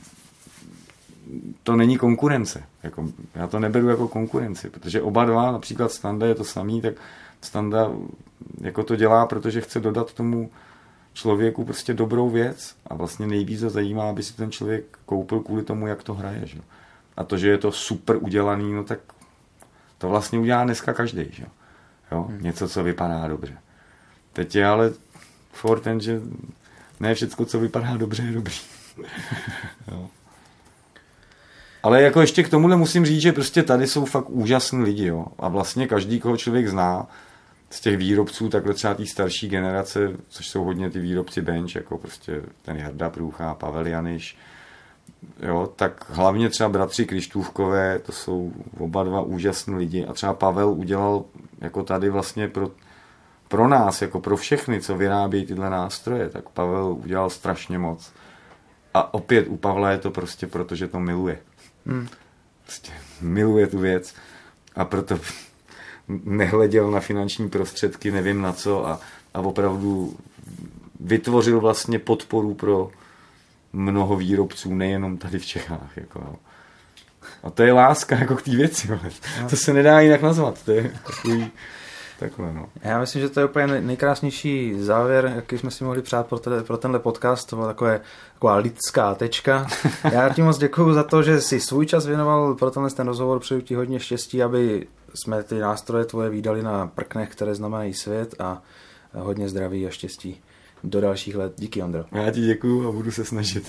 to není konkurence. Jako, já to neberu jako konkurenci, protože oba dva, například Standa je to samý, tak Standa jako to dělá, protože chce dodat tomu člověku prostě dobrou věc a vlastně nejvíc ho zajímá, aby si ten člověk koupil kvůli tomu, jak to hraje. Že? A to, že je to super udělaný, no tak to vlastně udělá dneska každý. Že? Jo? Něco, co vypadá dobře. Teď je ale for ten, že ne všecko, co vypadá dobře, je dobrý. Jo. Ale jako ještě k tomuhle musím říct, že prostě tady jsou fakt úžasní lidi. Jo? A vlastně každý, koho člověk zná, z těch výrobců, takhle třeba té starší generace, což jsou hodně ty výrobci bench, jako prostě ten Jarda Průcha, Pavel Janiš, jo, tak hlavně třeba bratři Krištůvkové, to jsou oba dva úžasní lidi a třeba Pavel udělal jako tady vlastně pro nás, jako pro všechny, co vyrábějí tyhle nástroje, tak Pavel udělal strašně moc. A opět u Pavla je to prostě proto, že to miluje. Prostě miluje tu věc a proto nehleděl na finanční prostředky, nevím na co a opravdu vytvořil vlastně podporu pro mnoho výrobců, nejenom tady v Čechách. Jako, no. A to je láska jako k té věci. No. To se nedá jinak nazvat. To je takový, takhle, no. Já myslím, že to je úplně nejkrásnější závěr, jaký jsme si mohli přát pro tenhle podcast. To byla taková lidská tečka. Já ti moc děkuju za to, že jsi svůj čas věnoval pro ten rozhovor. Přeju ti hodně štěstí, aby jsme ty nástroje tvoje vydali na prknech, které znamenají svět, a hodně zdraví a štěstí do dalších let. Díky, Ondro. Já ti děkuju a budu se snažit.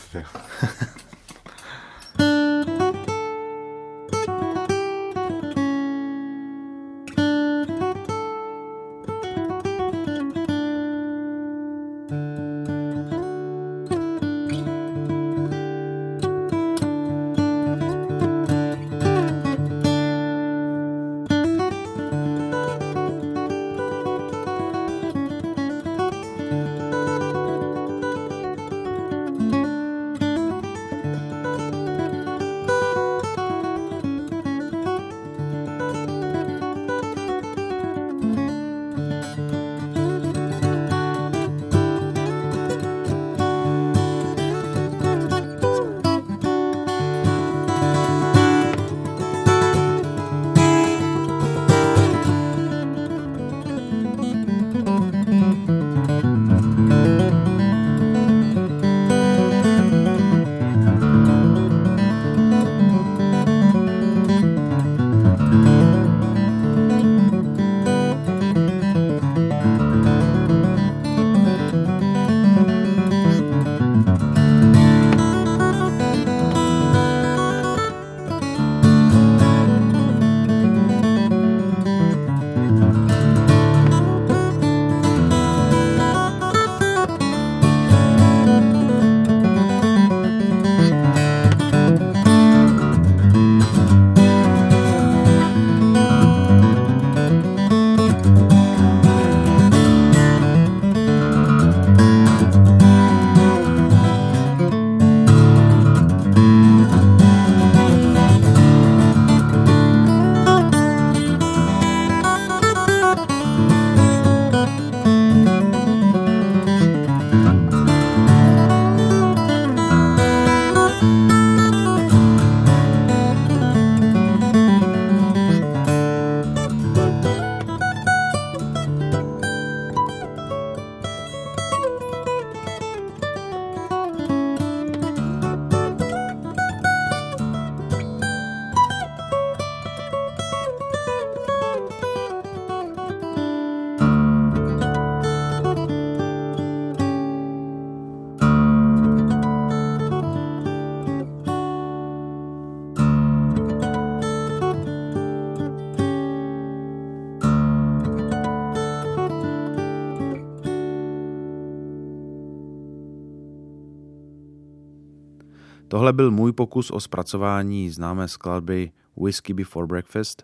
Tohle byl můj pokus o zpracování známé skladby Whiskey Before Breakfast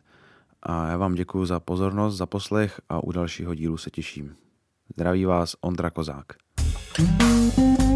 a já vám děkuji za pozornost, za poslech a u dalšího dílu se těším. Zdraví vás Ondra Kozák.